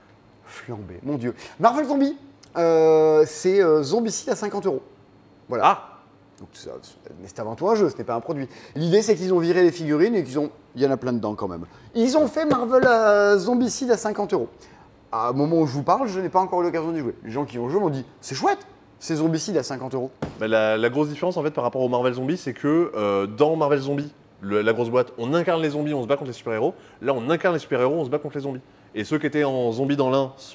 Flambé, mon Dieu. Marvel Zombie, euh, c'est euh, Zombicide à cinquante euros. Voilà. Ah, Donc, ça- mais c'est avant tout un jeu, ce n'est pas un produit. L'idée, c'est qu'ils ont viré les figurines et qu'ils ont. Il y en a plein dedans quand même. Ils ont fait Marvel euh, Zombicide à cinquante euros. À un moment où je vous parle, je n'ai pas encore eu l'occasion d'y jouer. Les gens qui ont joué m'ont dit c'est chouette, c'est Zombicide à cinquante euros. Bah, la, la grosse différence en fait par rapport au Marvel Zombies, c'est que euh, dans Marvel Zombies, le- la grosse boîte, on incarne les zombies, on se bat contre les super-héros. Là, on incarne les super-héros, on se bat contre les zombies. Et ceux qui étaient en zombies dans l'un sont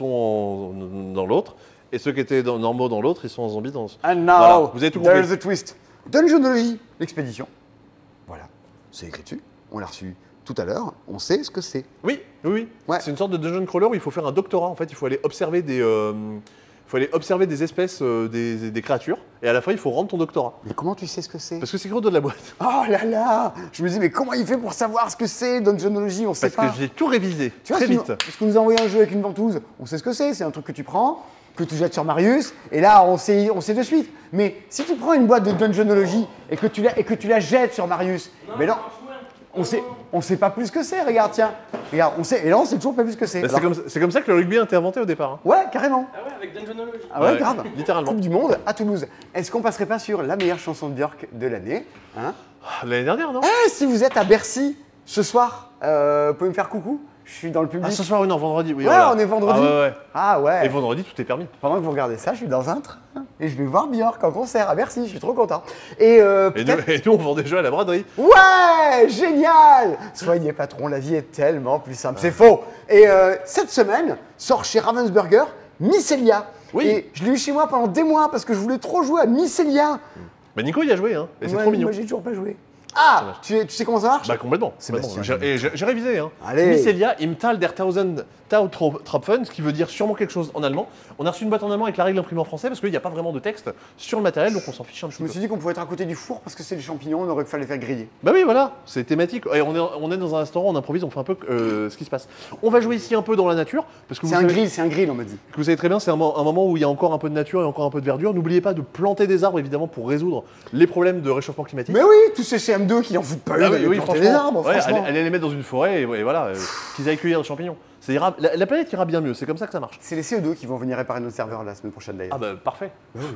en- dans l'autre. Et ceux qui étaient dans, normaux dans l'autre, ils sont en zombies dans. And now, Voilà, vous avez tout compris. there's a twist. Dungeonology, l'expédition. Voilà, c'est écrit dessus. On l'a reçu tout à l'heure. On sait ce que c'est. Oui, oui, oui. Ouais. C'est une sorte de dungeon crawler où il faut faire un doctorat. En fait, il faut aller observer des, euh, il faut aller observer des espèces, euh, des, des créatures. Et à la fin, il faut rendre ton doctorat. Mais comment tu sais ce que c'est? Parce que c'est gros de la boîte. Oh là là. Je me dis, mais comment il fait pour savoir ce que c'est, Dungeonology? On sait Parce pas. que j'ai tout révisé Tu vois, très parce que vite. nous- Parce qu'on nous a envoyé un jeu avec une ventouse, on sait ce que c'est, c'est un truc que tu prends, que tu jettes sur Marius, et là on sait, on sait de suite. Mais si tu prends une boîte de Dungeonology et que tu la, et que tu la jettes sur Marius, mais non, on sait, on sait pas plus ce que c'est, regarde, tiens. Regarde, on sait, et là on sait toujours pas plus ce que c'est. Bah, c'est Alors- comme, c'est comme ça que le rugby a été inventé au départ. hein. Ouais, carrément. Ah ouais, avec Dungeonology. Ah ouais, Ouais, grave. littéralement. Coupe du Monde à Toulouse. Est-ce qu'on passerait pas sur la meilleure chanson de Björk de l'année, hein? Ah, L'année dernière, non Eh, si vous êtes à Bercy ce soir, euh, vous pouvez me faire coucou? Je suis dans le public. Ah, ce soir, oui, non, vendredi. Oui, Ouais, voilà. on est vendredi. Ah, ouais, ouais. Ah ouais. Et vendredi, tout est permis. Pendant que vous regardez ça, je suis dans un train et je vais voir Björk en concert à Bercy, je suis trop content. Et euh, Et nous, peut-être... et nous, on vend des jeux à la braderie. Ouais, génial. Soyez patron, la vie est tellement plus simple. C'est faux. Et euh, cette semaine, sort chez Ravensburger Mycelia. Oui. Et je l'ai eu chez moi pendant des mois parce que je voulais trop jouer à Mycelia. Bah, Nico, il a joué, hein. Et c'est Moi- trop mignon. Moi, j'ai toujours pas joué. Ah, marche. tu, tu sais comment ça marche? Bah, complètement. Sébastien. complètement. J'ai et j'ai- j'ai révisé, hein. Allez. Mycelia im Tal der Tausend Tautropfen, ce qui veut dire sûrement quelque chose en allemand. On a reçu une boîte en allemand avec la règle imprimée en français parce qu'il n'y a pas vraiment de texte sur le matériel, donc on s'en fiche un petit Je me peu. suis dit qu'on pouvait être à côté du four parce que c'est des champignons, on aurait fallu les faire griller. Bah oui, voilà, c'est thématique. Et on, est, on est dans un restaurant, on improvise, on fait un peu euh, ce qui se passe. On va jouer ici un peu dans la nature, parce que vous C'est un savez, grill, c'est un grill, on me dit. que vous savez très bien, c'est un, mo- un moment où il y a encore un peu de nature et encore un peu de verdure. N'oubliez pas de planter des arbres, évidemment, pour résoudre les problèmes de réchauffement climatique. Mais oui, tous ces C M deux qui en foutent pas une, Ah oui, d'aller oui, planter franchement, des arbres, ouais, franchement. allez, allez les mettre dans une forêt et, et voilà, euh, qu'ils aillent cueillir des champignons. Ça ira- la, la planète ira bien mieux, c'est comme ça que ça marche. C'est les C E deux qui vont venir réparer notre serveur la semaine prochaine d'ailleurs. Ah bah parfait.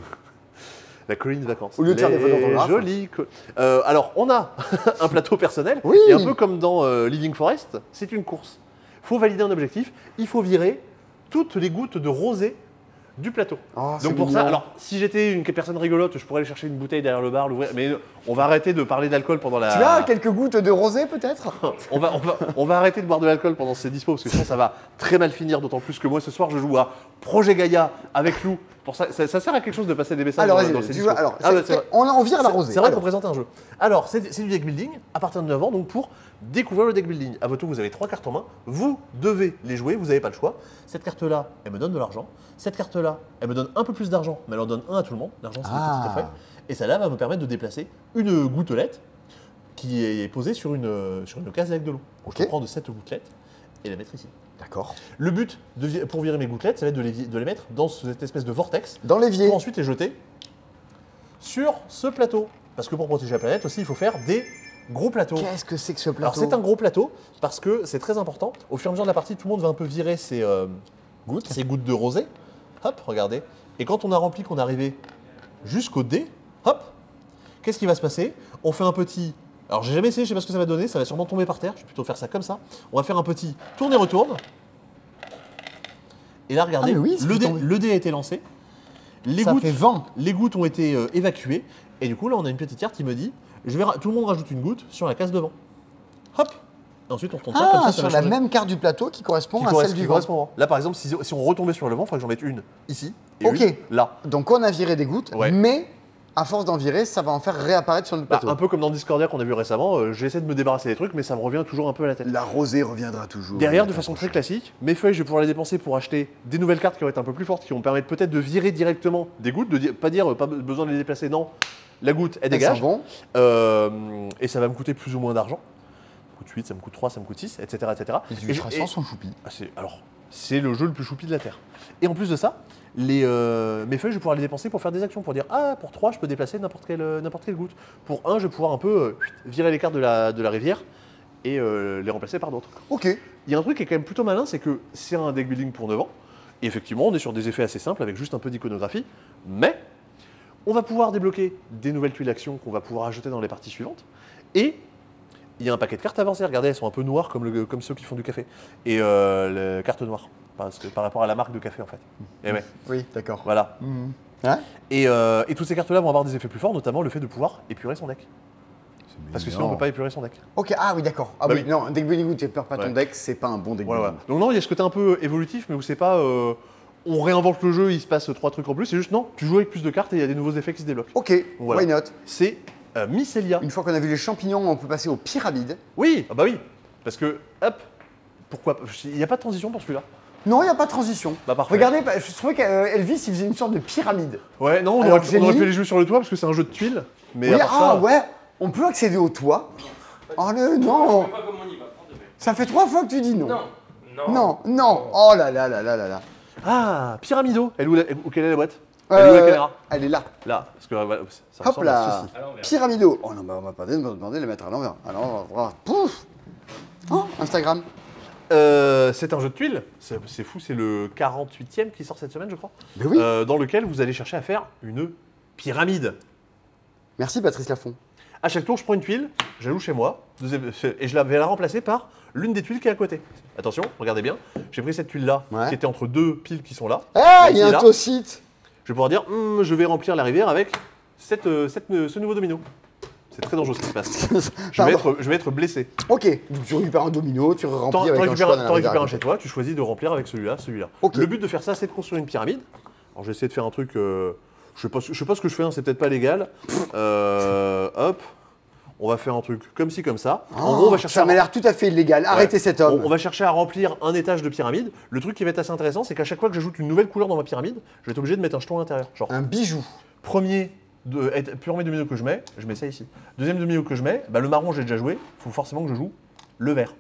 La colonie de vacances. Au lieu de faire des Les fautes d'orthographe. jolies co- Euh, alors, on a un plateau personnel. Oui. Et un peu comme dans euh, Living Forest, c'est une course. Il faut valider un objectif. Il faut virer toutes les gouttes de rosée du plateau. Oh, c'est Donc pour mignon. ça, alors si j'étais une personne rigolote, je pourrais aller chercher une bouteille derrière le bar, l'ouvrir. Mais on va arrêter de parler d'alcool pendant la. Tu as quelques gouttes de rosé peut-être? on, va, on, va, on va arrêter de boire de l'alcool pendant ces dispos parce que sinon ça va très mal finir. D'autant plus que moi ce soir je joue à Projet Gaïa avec Lou. Pour ça, ça, ça sert à quelque chose de passer des messages Alors dans, vas-y, dans ces tu dispos. vois, alors, Ah c'est- ouais, c'est vrai. on, on vire la C'est- rosée. C'est vrai Alors, qu'on présente un jeu. Alors, c'est c'est du deck building à partir de neuf ans, donc pour découvrir le deck building. À votre tour, vous avez trois cartes en main. Vous devez les jouer, vous n'avez pas le choix. Cette carte-là, elle me donne de l'argent. Cette carte-là, elle me donne un peu plus d'argent, mais elle en donne un à tout le monde. L'argent, c'est Ah. des petits effets. Et celle-là va me permettre de déplacer une gouttelette qui est posée sur une, sur une case avec de l'eau. Ok. Je prends de cette gouttelette et la mettre ici. D'accord. Le but de vi- pour virer mes gouttelettes, ça va être de les, vi- de les mettre dans cette espèce de vortex Dans l'évier. pour ensuite les jeter sur ce plateau. Parce que pour protéger la planète aussi, il faut faire des gros plateaux. Qu'est-ce que c'est que ce plateau? Alors c'est un gros plateau parce que c'est très important. Au fur et à mesure de la partie, tout le monde va un peu virer ses, euh, Gouttes. ses gouttes de rosée. Hop, regardez. Et quand on a rempli, qu'on est arrivé jusqu'au dé, hop, qu'est-ce qui va se passer? On fait un petit... Alors j'ai jamais essayé, je sais pas ce que ça va donner, ça va sûrement tomber par terre. Je vais plutôt faire ça comme ça. On va faire un petit tourne et retourne. Et là, regardez, Ah, mais oui, ça le, fait dé, tomber. le dé a été lancé. Les Ça gouttes, fait vent. les gouttes ont été euh, évacuées. Et du coup, là, on a une petite carte qui me dit, je vais ra- tout le monde rajoute une goutte sur la case devant. Hop. Et ensuite, on retourne ça comme Ah, ça. ça sur va la changer. même carte du plateau qui correspond Qui à correspond- celle qui du vent. correspond. Là, par exemple, si, si on retombait sur le vent, il faudrait que j'en mette une ici et Ok. une là. Donc on a viré des gouttes, Ouais. mais à force d'en virer, ça va en faire réapparaître sur notre Bah, plateau. un peu comme dans Discordia qu'on a vu récemment, euh, j'essaie de me débarrasser des trucs, mais ça me revient toujours un peu à la tête. La rosée reviendra toujours. Derrière, de façon très classique, mes feuilles, je vais pouvoir les dépenser pour acheter des nouvelles cartes qui vont être un peu plus fortes, qui vont permettre peut-être de virer directement des gouttes, de dire, pas dire euh, pas be- besoin de les déplacer, non, la goutte, elle Elles dégage. s'en vont. Euh, et ça va me coûter plus ou moins d'argent. Ça me coûte huit, ça me coûte trois, ça me coûte six, et cetera et cetera. Les Et je- illustrations et- sont choupies. Ah, c'est- alors, c'est le jeu le plus choupi de la Terre. Et en plus de ça, les, euh, mes feuilles, je vais pouvoir les dépenser pour faire des actions, pour dire ah, pour trois, je peux déplacer n'importe quelle, euh, n'importe quelle goutte. Pour un, je vais pouvoir un peu euh, virer les cartes de la, de la rivière et euh, les remplacer par d'autres. Ok. Il y a un truc qui est quand même plutôt malin, c'est que c'est un deck building pour neuf ans. Et effectivement, on est sur des effets assez simples avec juste un peu d'iconographie. Mais on va pouvoir débloquer des nouvelles tuiles d'action qu'on va pouvoir ajouter dans les parties suivantes. Et il y a un paquet de cartes avancées. Regardez, elles sont un peu noires comme, le, comme ceux qui font du café. Et euh, les cartes noires, parce que par rapport à la marque de café en fait. Et ouais, Oui, d'accord. voilà. Mhm. Ouais. Et, euh, et toutes ces cartes-là vont avoir des effets plus forts, notamment le fait de pouvoir épurer son deck. Parce que sinon, on ne peut pas épurer son deck. Ok, ah oui, d'accord. Ah Bah oui, oui. non, un deck building où tu perds pas ton Ouais. deck, c'est pas un bon deck Voilà, building. voilà. Donc non, il y a ce côté un peu évolutif, mais où c'est pas... euh, on réinvente le jeu, il se passe trois trucs en plus. C'est juste, non, tu joues avec plus de cartes et il y a des nouveaux effets qui se débloquent. Ok, Voilà. why not? C'est euh, Mycelia. Une fois qu'on a vu les champignons, on peut passer aux pyramides. Oui, ah bah oui. Parce que, hop, pourquoi pas- il n'y a pas de transition pour celui-là. Non, il n'y a pas de transition. Bah parfait. Regardez, bah, je trouvais qu'Elvis, il faisait une sorte de pyramide. Ouais, non, on Alors aurait, que j'ai on aurait mis- pu les jouer sur le toit parce que c'est un jeu de tuiles. Mais Oui, à part ah ça, ouais, on peut accéder au toit. Oh le non, Je sais pas comment on y va, prends de même. ça fait trois fois que tu dis non. Non. Non. Non, non, oh là là là là là là. Ah, Pyramido. Elle est où, la- où quelle est la boîte Euh, Elle est où la caméra elle est là. Là, parce que voilà, ça Hop ressemble à là. ceci. À l'envers. Pyramido. Oh non, bah on va pas demander de les mettre à l'envers. Alors, on va voir. Pouf. Oh, Instagram. Euh, c'est un jeu de tuiles, c'est c'est fou, c'est le quarante-huitième qui sort cette semaine, je crois, Mais oui. euh, dans lequel vous allez chercher à faire une pyramide. Merci Patrice Laffont. À chaque tour, je prends une tuile, je la loue chez moi, deuxième- et je la vais la remplacer par l'une des tuiles qui est à côté. Attention, regardez bien, j'ai pris cette tuile-là, Ouais. qui était entre deux piles qui sont là. Ah, Celle il y a qui est un là. tossite. Je vais pouvoir dire, Hum, je vais remplir la rivière avec cette, euh, cette, euh, ce nouveau domino. C'est très dangereux ce qui se passe. Je vais, Pardon. être, je vais être blessé. Ok, donc tu récupères un domino, tu T'en remplis t'en avec un récupères, choix un- dans la t'en rivière récupères à un chez côté. toi, tu choisis de remplir avec celui-là, celui-là. Ok. Le but de faire ça, c'est de construire une pyramide. Alors, je vais essayer de faire un truc. euh, je sais pas, ce- je sais pas ce que je fais, hein, c'est peut-être pas légal. Euh, hop, on va faire un truc comme ci, comme ça. en gros, on va chercher. Ça à- m'a l'air tout à fait illégal. Arrêtez cet homme. on, on va chercher à remplir un étage de pyramide. Le truc qui va être assez intéressant, c'est qu'à chaque fois que j'ajoute une nouvelle couleur dans ma pyramide, je vais être obligé de mettre un jeton à l'intérieur. Genre, Un bijou. premier, de, être- premier domino que je mets, je mets ça ici. Deuxième domino que je mets, bah, le marron, j'ai déjà joué. Il faut forcément que je joue le vert.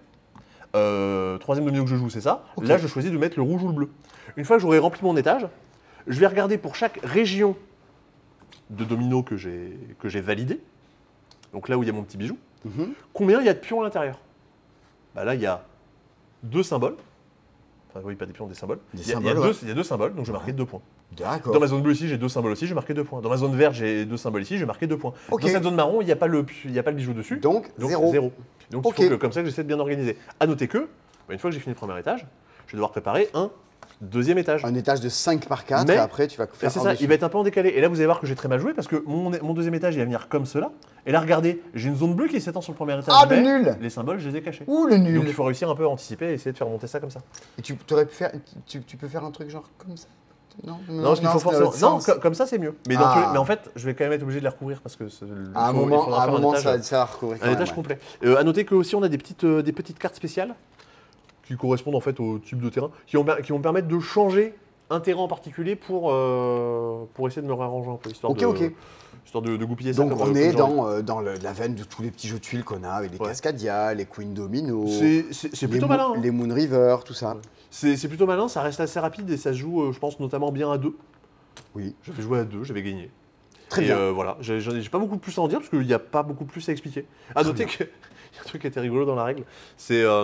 Euh, troisième domino que je joue, c'est ça. Ok. Là, je choisis de mettre le rouge ou le bleu. Une fois que j'aurai rempli mon étage, je vais regarder pour chaque région de domino que j'ai que j'ai validé. Donc là où il y a mon petit bijou, Mhm. combien il y a de pions à l'intérieur. Bah là, il y a deux symboles. Enfin, oui, pas des pions, des symboles. Des il, y a, il y a symboles, deux, ouais. il y a deux symboles, donc je vais marquer deux points. D'accord. Dans ma zone bleue ici, j'ai deux symboles aussi, je vais marquer deux points. Dans ma zone verte, j'ai deux symboles ici, je vais marquer deux points. Ok. Dans cette zone marron, il n'y a, pas le- il y a pas le bijou dessus. Donc, zéro. Donc Ok. il faut que, comme ça, que j'essaie de bien organiser. À noter que, bah, une fois que j'ai fini le premier étage, je vais devoir préparer un deuxième étage. Un étage de cinq par quatre Mais- et après tu vas Et faire c'est en ça, dessus. il va être un peu en décalé. Et là, vous allez voir que j'ai très mal joué parce que mon, mon deuxième étage, il va venir comme cela. Et là, regardez, j'ai une zone bleue qui s'étend sur le premier étage. Ah, le mais nul. Les symboles, je les ai cachés. Ouh, le Donc nul. il faut réussir un peu à anticiper et essayer de faire monter ça comme ça. Et tu aurais pu faire. Tu, tu peux faire un truc genre comme ça. Non, Non, parce qu'il faut c'est dans forcément. l'autre Non, sens. co- comme ça, c'est mieux. Mais, dans Ah. tous les- mais en fait, je vais quand même être obligé de les recouvrir parce que. c'est- il À un faut- il moment, faudra à un faire moment étage, ça, va- ça va recouvrir. quand Un même, étage ouais. complet. Euh, à noter que aussi on a des petites, euh, des petites cartes spéciales qui correspondent en fait au type de terrain, qui vont, qui vont me permettre de changer un terrain en particulier pour, euh, pour essayer de me réarranger un peu, histoire Ok, de, ok. histoire de, de goupiller ça. Donc comme, on euh, est comme j'ai envie. dans, euh, dans le- la veine de tous les petits jeux de tuiles qu'on a avec les Ouais. Cascadia, les Queen Domino, C'est c'est- c'est les, plutôt Mo- malin. hein. les Moon River, tout ça. C'est c'est plutôt malin, ça reste assez rapide et ça se joue, euh, je pense, notamment bien à deux. Oui, J'avais joué à deux, j'avais gagné. très et bien. euh, voilà, j'ai j'ai- j'ai pas beaucoup plus à en dire parce qu'il n'y a pas beaucoup plus à expliquer. À noter qu'il y a un truc qui était rigolo dans la règle, c'est. euh,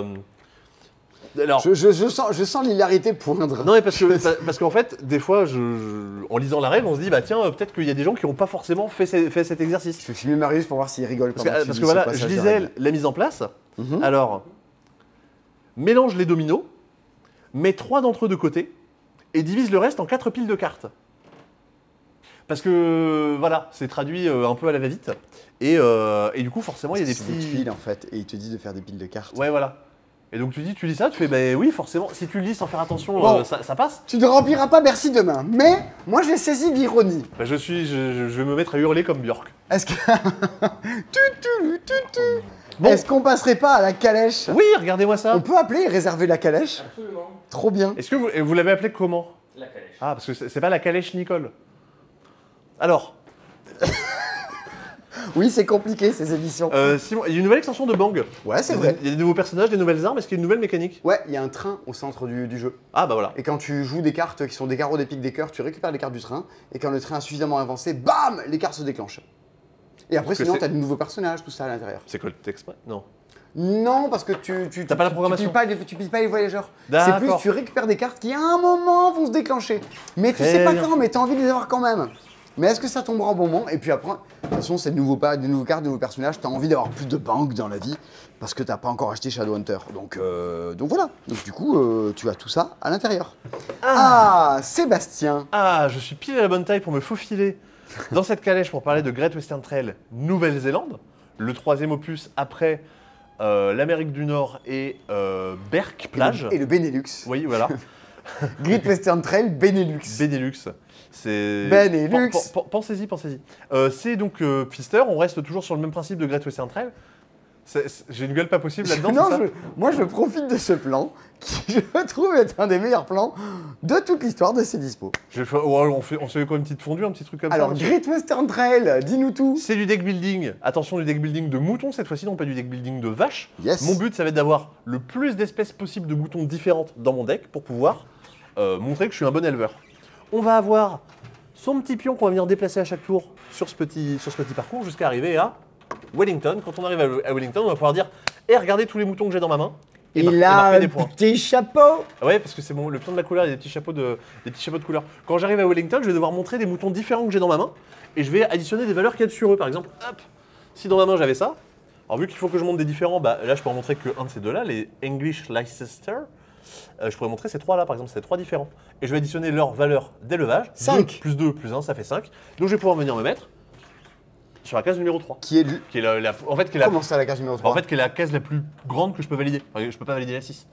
alors, Je, je- je sens, je sens l'hilarité poindre. non, mais parce que pa- parce qu'en fait, des fois, je, je- en lisant la règle, on se dit bah tiens, euh, peut-être qu'il y a des gens qui n'ont pas forcément fait, ce- fait cet exercice. Je vais filmer Marius pour voir s'il rigole. Parce que, pendant euh, qu'il parce lit que ce voilà, passage je de lisais règle. la mise en place. Mhm. Alors, mélange les dominos, mets trois d'entre eux de côté et divise le reste en quatre piles de cartes. Parce que voilà, c'est traduit euh, un peu à la va-vite. Et, euh, et du coup, forcément, il y a des C'est des petits. tuiles en fait, et il te dit de faire des piles de cartes. Ouais, voilà. Et donc tu dis, tu lis ça, tu fais, bah oui, forcément, si tu le lis sans faire attention, Bon. euh, ça, ça passe. Tu ne rempliras pas Bercy demain, mais moi j'ai saisi l'ironie. Bah, je suis, je, je- je vais me mettre à hurler comme Björk. Est-ce que. Tu, tu, tu, tu. Bon. Est-ce qu'on passerait pas à la calèche? Oui, regardez-moi ça. On peut appeler et réserver la calèche? Absolument. Trop bien. Est-ce que vous, et vous l'avez appelé comment? La calèche. Ah, parce que c'est c'est pas la calèche Nicole. Alors, Oui, c'est compliqué ces émissions. euh, Simon, il y a une nouvelle extension de Bang. Ouais, c'est Il y a- vrai. Il y a des nouveaux personnages, des nouvelles armes, est-ce qu'il y a une nouvelle mécanique? Ouais, il y a un train au centre du, du jeu. Ah bah voilà. Et quand tu joues des cartes qui sont des carreaux, des piques, des cœurs, tu récupères les cartes du train. Et quand le train a suffisamment avancé, bam, les cartes se déclenchent. Et après, Parce que sinon, c'est- t'as de nouveaux personnages, tout ça à l'intérieur. C'est quoi le texte? Non. Non, parce que tu tu T'as tu- pas la tu- programmation. Tu piles pas, les- tu piles pas les voyageurs. C'est D'accord. plus tu récupères des cartes qui à un moment vont se déclencher. Mais tu Très sais pas bien. quand, mais t'as envie de les avoir quand même. Mais est-ce que ça tombera au bon moment? Et puis après, de toute façon, c'est de nouveaux, pa- des nouveaux cartes, de nouveaux personnages. Tu as envie d'avoir plus de banques dans la vie parce que tu n'as pas encore acheté Shadowhunter. Donc, euh, donc voilà. Donc du coup, euh, tu as tout ça à l'intérieur. Ah, Sébastien. Ah, je suis pile à la bonne taille pour me faufiler dans cette calèche pour parler de Great Western Trail Nouvelle-Zélande, le troisième opus après euh, l'Amérique du Nord et euh, Berck plage. Et le, et le Benelux. Oui, voilà. Great Western Trail Benelux. Benelux. C'est. Benelux. Pen- pen- Pensez-y, pensez-y. Euh, c'est donc euh, Pfister, on reste toujours sur le même principe de Great Western Trail. C'est- c'est- J'ai une gueule pas possible là-dedans. non, c'est ça je- moi je profite de ce plan qui je trouve être un des meilleurs plans de toute l'histoire de ces dispos. Je fais- ouais, on, fait, on se fait quoi, une petite fondue, un petit truc comme Alors, ça Great Western Trail, dis-nous tout. C'est du deck building. Attention, du deck building de moutons cette fois-ci, non pas du deck building de vaches. Yes. Mon but, ça va être d'avoir le plus d'espèces possible de moutons différentes dans mon deck pour pouvoir euh, montrer que je suis un bon éleveur. On va avoir son petit pion qu'on va venir déplacer à chaque tour sur ce petit, sur ce petit parcours jusqu'à arriver à Wellington. Quand on arrive à, à Wellington, on va pouvoir dire « Eh, regardez tous les moutons que j'ai dans ma main !» et mar- Il et a marquer un des points. petit chapeau. Ouais, parce que c'est bon, le pion de la couleur, il y a des petits chapeaux de, des petits chapeaux de couleur. Quand j'arrive à Wellington, je vais devoir montrer des moutons différents que j'ai dans ma main et je vais additionner des valeurs qu'il y a sur eux. Par exemple, hop, si dans ma main j'avais ça, alors vu qu'il faut que je montre des différents, bah, là je peux en montrer qu'un de ces deux-là, les English Leicester. Euh, je pourrais montrer ces trois-là, par exemple, c'est trois différents. Et je vais additionner leurs valeurs d'élevage. Cinq. deux plus deux plus un, ça fait cinq. Donc je vais pouvoir venir me mettre sur la case numéro trois. Qui est le... Qui est la, la- en fait, qui est la, Comment ça, la case numéro trois? en fait, qui est la case la plus grande que je peux valider. Enfin, je peux pas valider la six.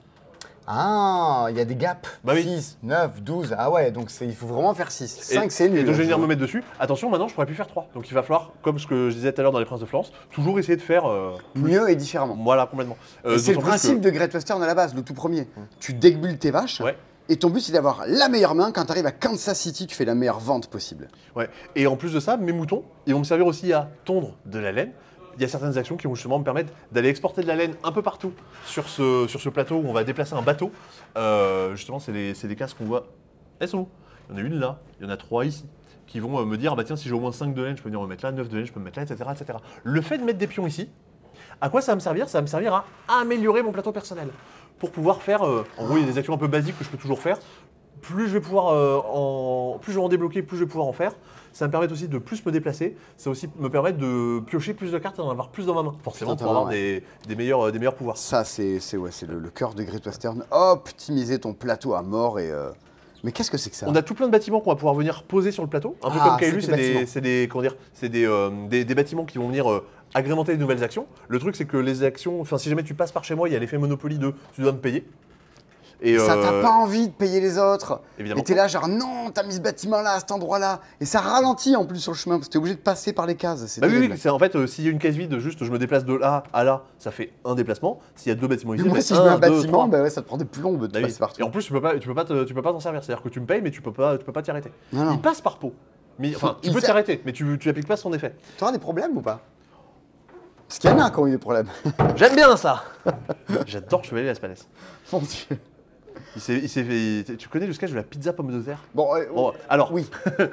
Ah, il y a des gaps. Bah oui. six, neuf, douze. Ah ouais, donc c'est- il faut vraiment faire six. Et- cinq, c'est nul. Et donc je vais venir me mettre dessus. Attention, maintenant je pourrais plus faire trois. Donc il va falloir, comme ce que je disais tout à l'heure dans les Princes de Florence, toujours essayer de faire. euh, Mieux et différemment. voilà, complètement. Euh, Et c'est le d'autant plus principe que- de Great Western à la base, le tout premier. Tu débules tes vaches. Ouais. Et ton but, c'est d'avoir la meilleure main. Quand tu arrives à Kansas City, tu fais la meilleure vente possible. Ouais. Et en plus de ça, mes moutons, ils vont me servir aussi à tondre de la laine. Il y a certaines actions qui vont justement me permettre d'aller exporter de la laine un peu partout sur ce, sur ce plateau où on va déplacer un bateau. Euh, justement, c'est les, c'est les cases qu'on voit. Elles sont où? Il y en a une là, il y en a trois ici, qui vont euh, me dire, ah bah tiens, si j'ai au moins cinq de laine, je peux venir me mettre là, neuf de laine, je peux me mettre là, et cetera, et cetera. Le fait de mettre des pions ici, à quoi ça va me servir? Ça va me servir à améliorer mon plateau personnel. Pour pouvoir faire, euh, en gros, il y a des actions un peu basiques que je peux toujours faire. Plus je vais pouvoir euh, en, plus je vais en débloquer, plus je vais pouvoir en faire. Ça va me permet aussi de plus me déplacer. Ça va aussi me permettre de piocher plus de cartes et d'en avoir plus dans ma main. Forcément, pour Totalement, avoir des, des meilleurs, euh, des meilleurs pouvoirs. Ça, c'est c'est- ouais, c'est le, le cœur de Great Western. Optimiser ton plateau à mort et. euh, Mais qu'est-ce que c'est que ça? On a tout plein de bâtiments qu'on va pouvoir venir poser sur le plateau. Un peu Ah, comme Kaelu, c'est c'est des des, bâtiments. c'est des, comment dire, c'est des, euh, des, des bâtiments qui vont venir euh, agrémenter les nouvelles actions. Le truc, c'est que les actions, enfin, si jamais tu passes par chez moi, il y a l'effet Monopoly de tu dois me payer. Et, Ça t'a euh, pas envie de payer les autres. Évidemment Et t'es là, genre, non, t'as mis ce bâtiment-là, à cet endroit-là. Et ça ralentit en plus sur le chemin, parce que t'es obligé de passer par les cases. C'est Bah oui, terrible. oui, c'est en fait, euh, s'il y a une case vide, juste je me déplace de là à là, ça fait un déplacement. S'il y a deux bâtiments ici, Mais moi, bah, si je mets un deux, bâtiment, trois. bah ouais, ça te prend des plombes de Bah oui. passer partout. Et en plus, tu peux pas, tu peux pas, te- tu peux pas t'en servir. C'est-à-dire que tu me payes, mais tu peux pas, tu peux pas t'y arrêter. Non, non. Il passe par pot. Mais enfin, tu Il peux sert- t'y arrêter, mais tu, tu appliques pas son effet. T'auras des problèmes ou pas? Parce qu'il y en a qui ont eu des problèmes. J'aime bien ça. J'adore Chevalier Laspanes. Mon Dieu. Il s'est, il s'est fait- tu connais le sketch de la pizza pomme de terre? Bon, euh, Bon, alors, oui.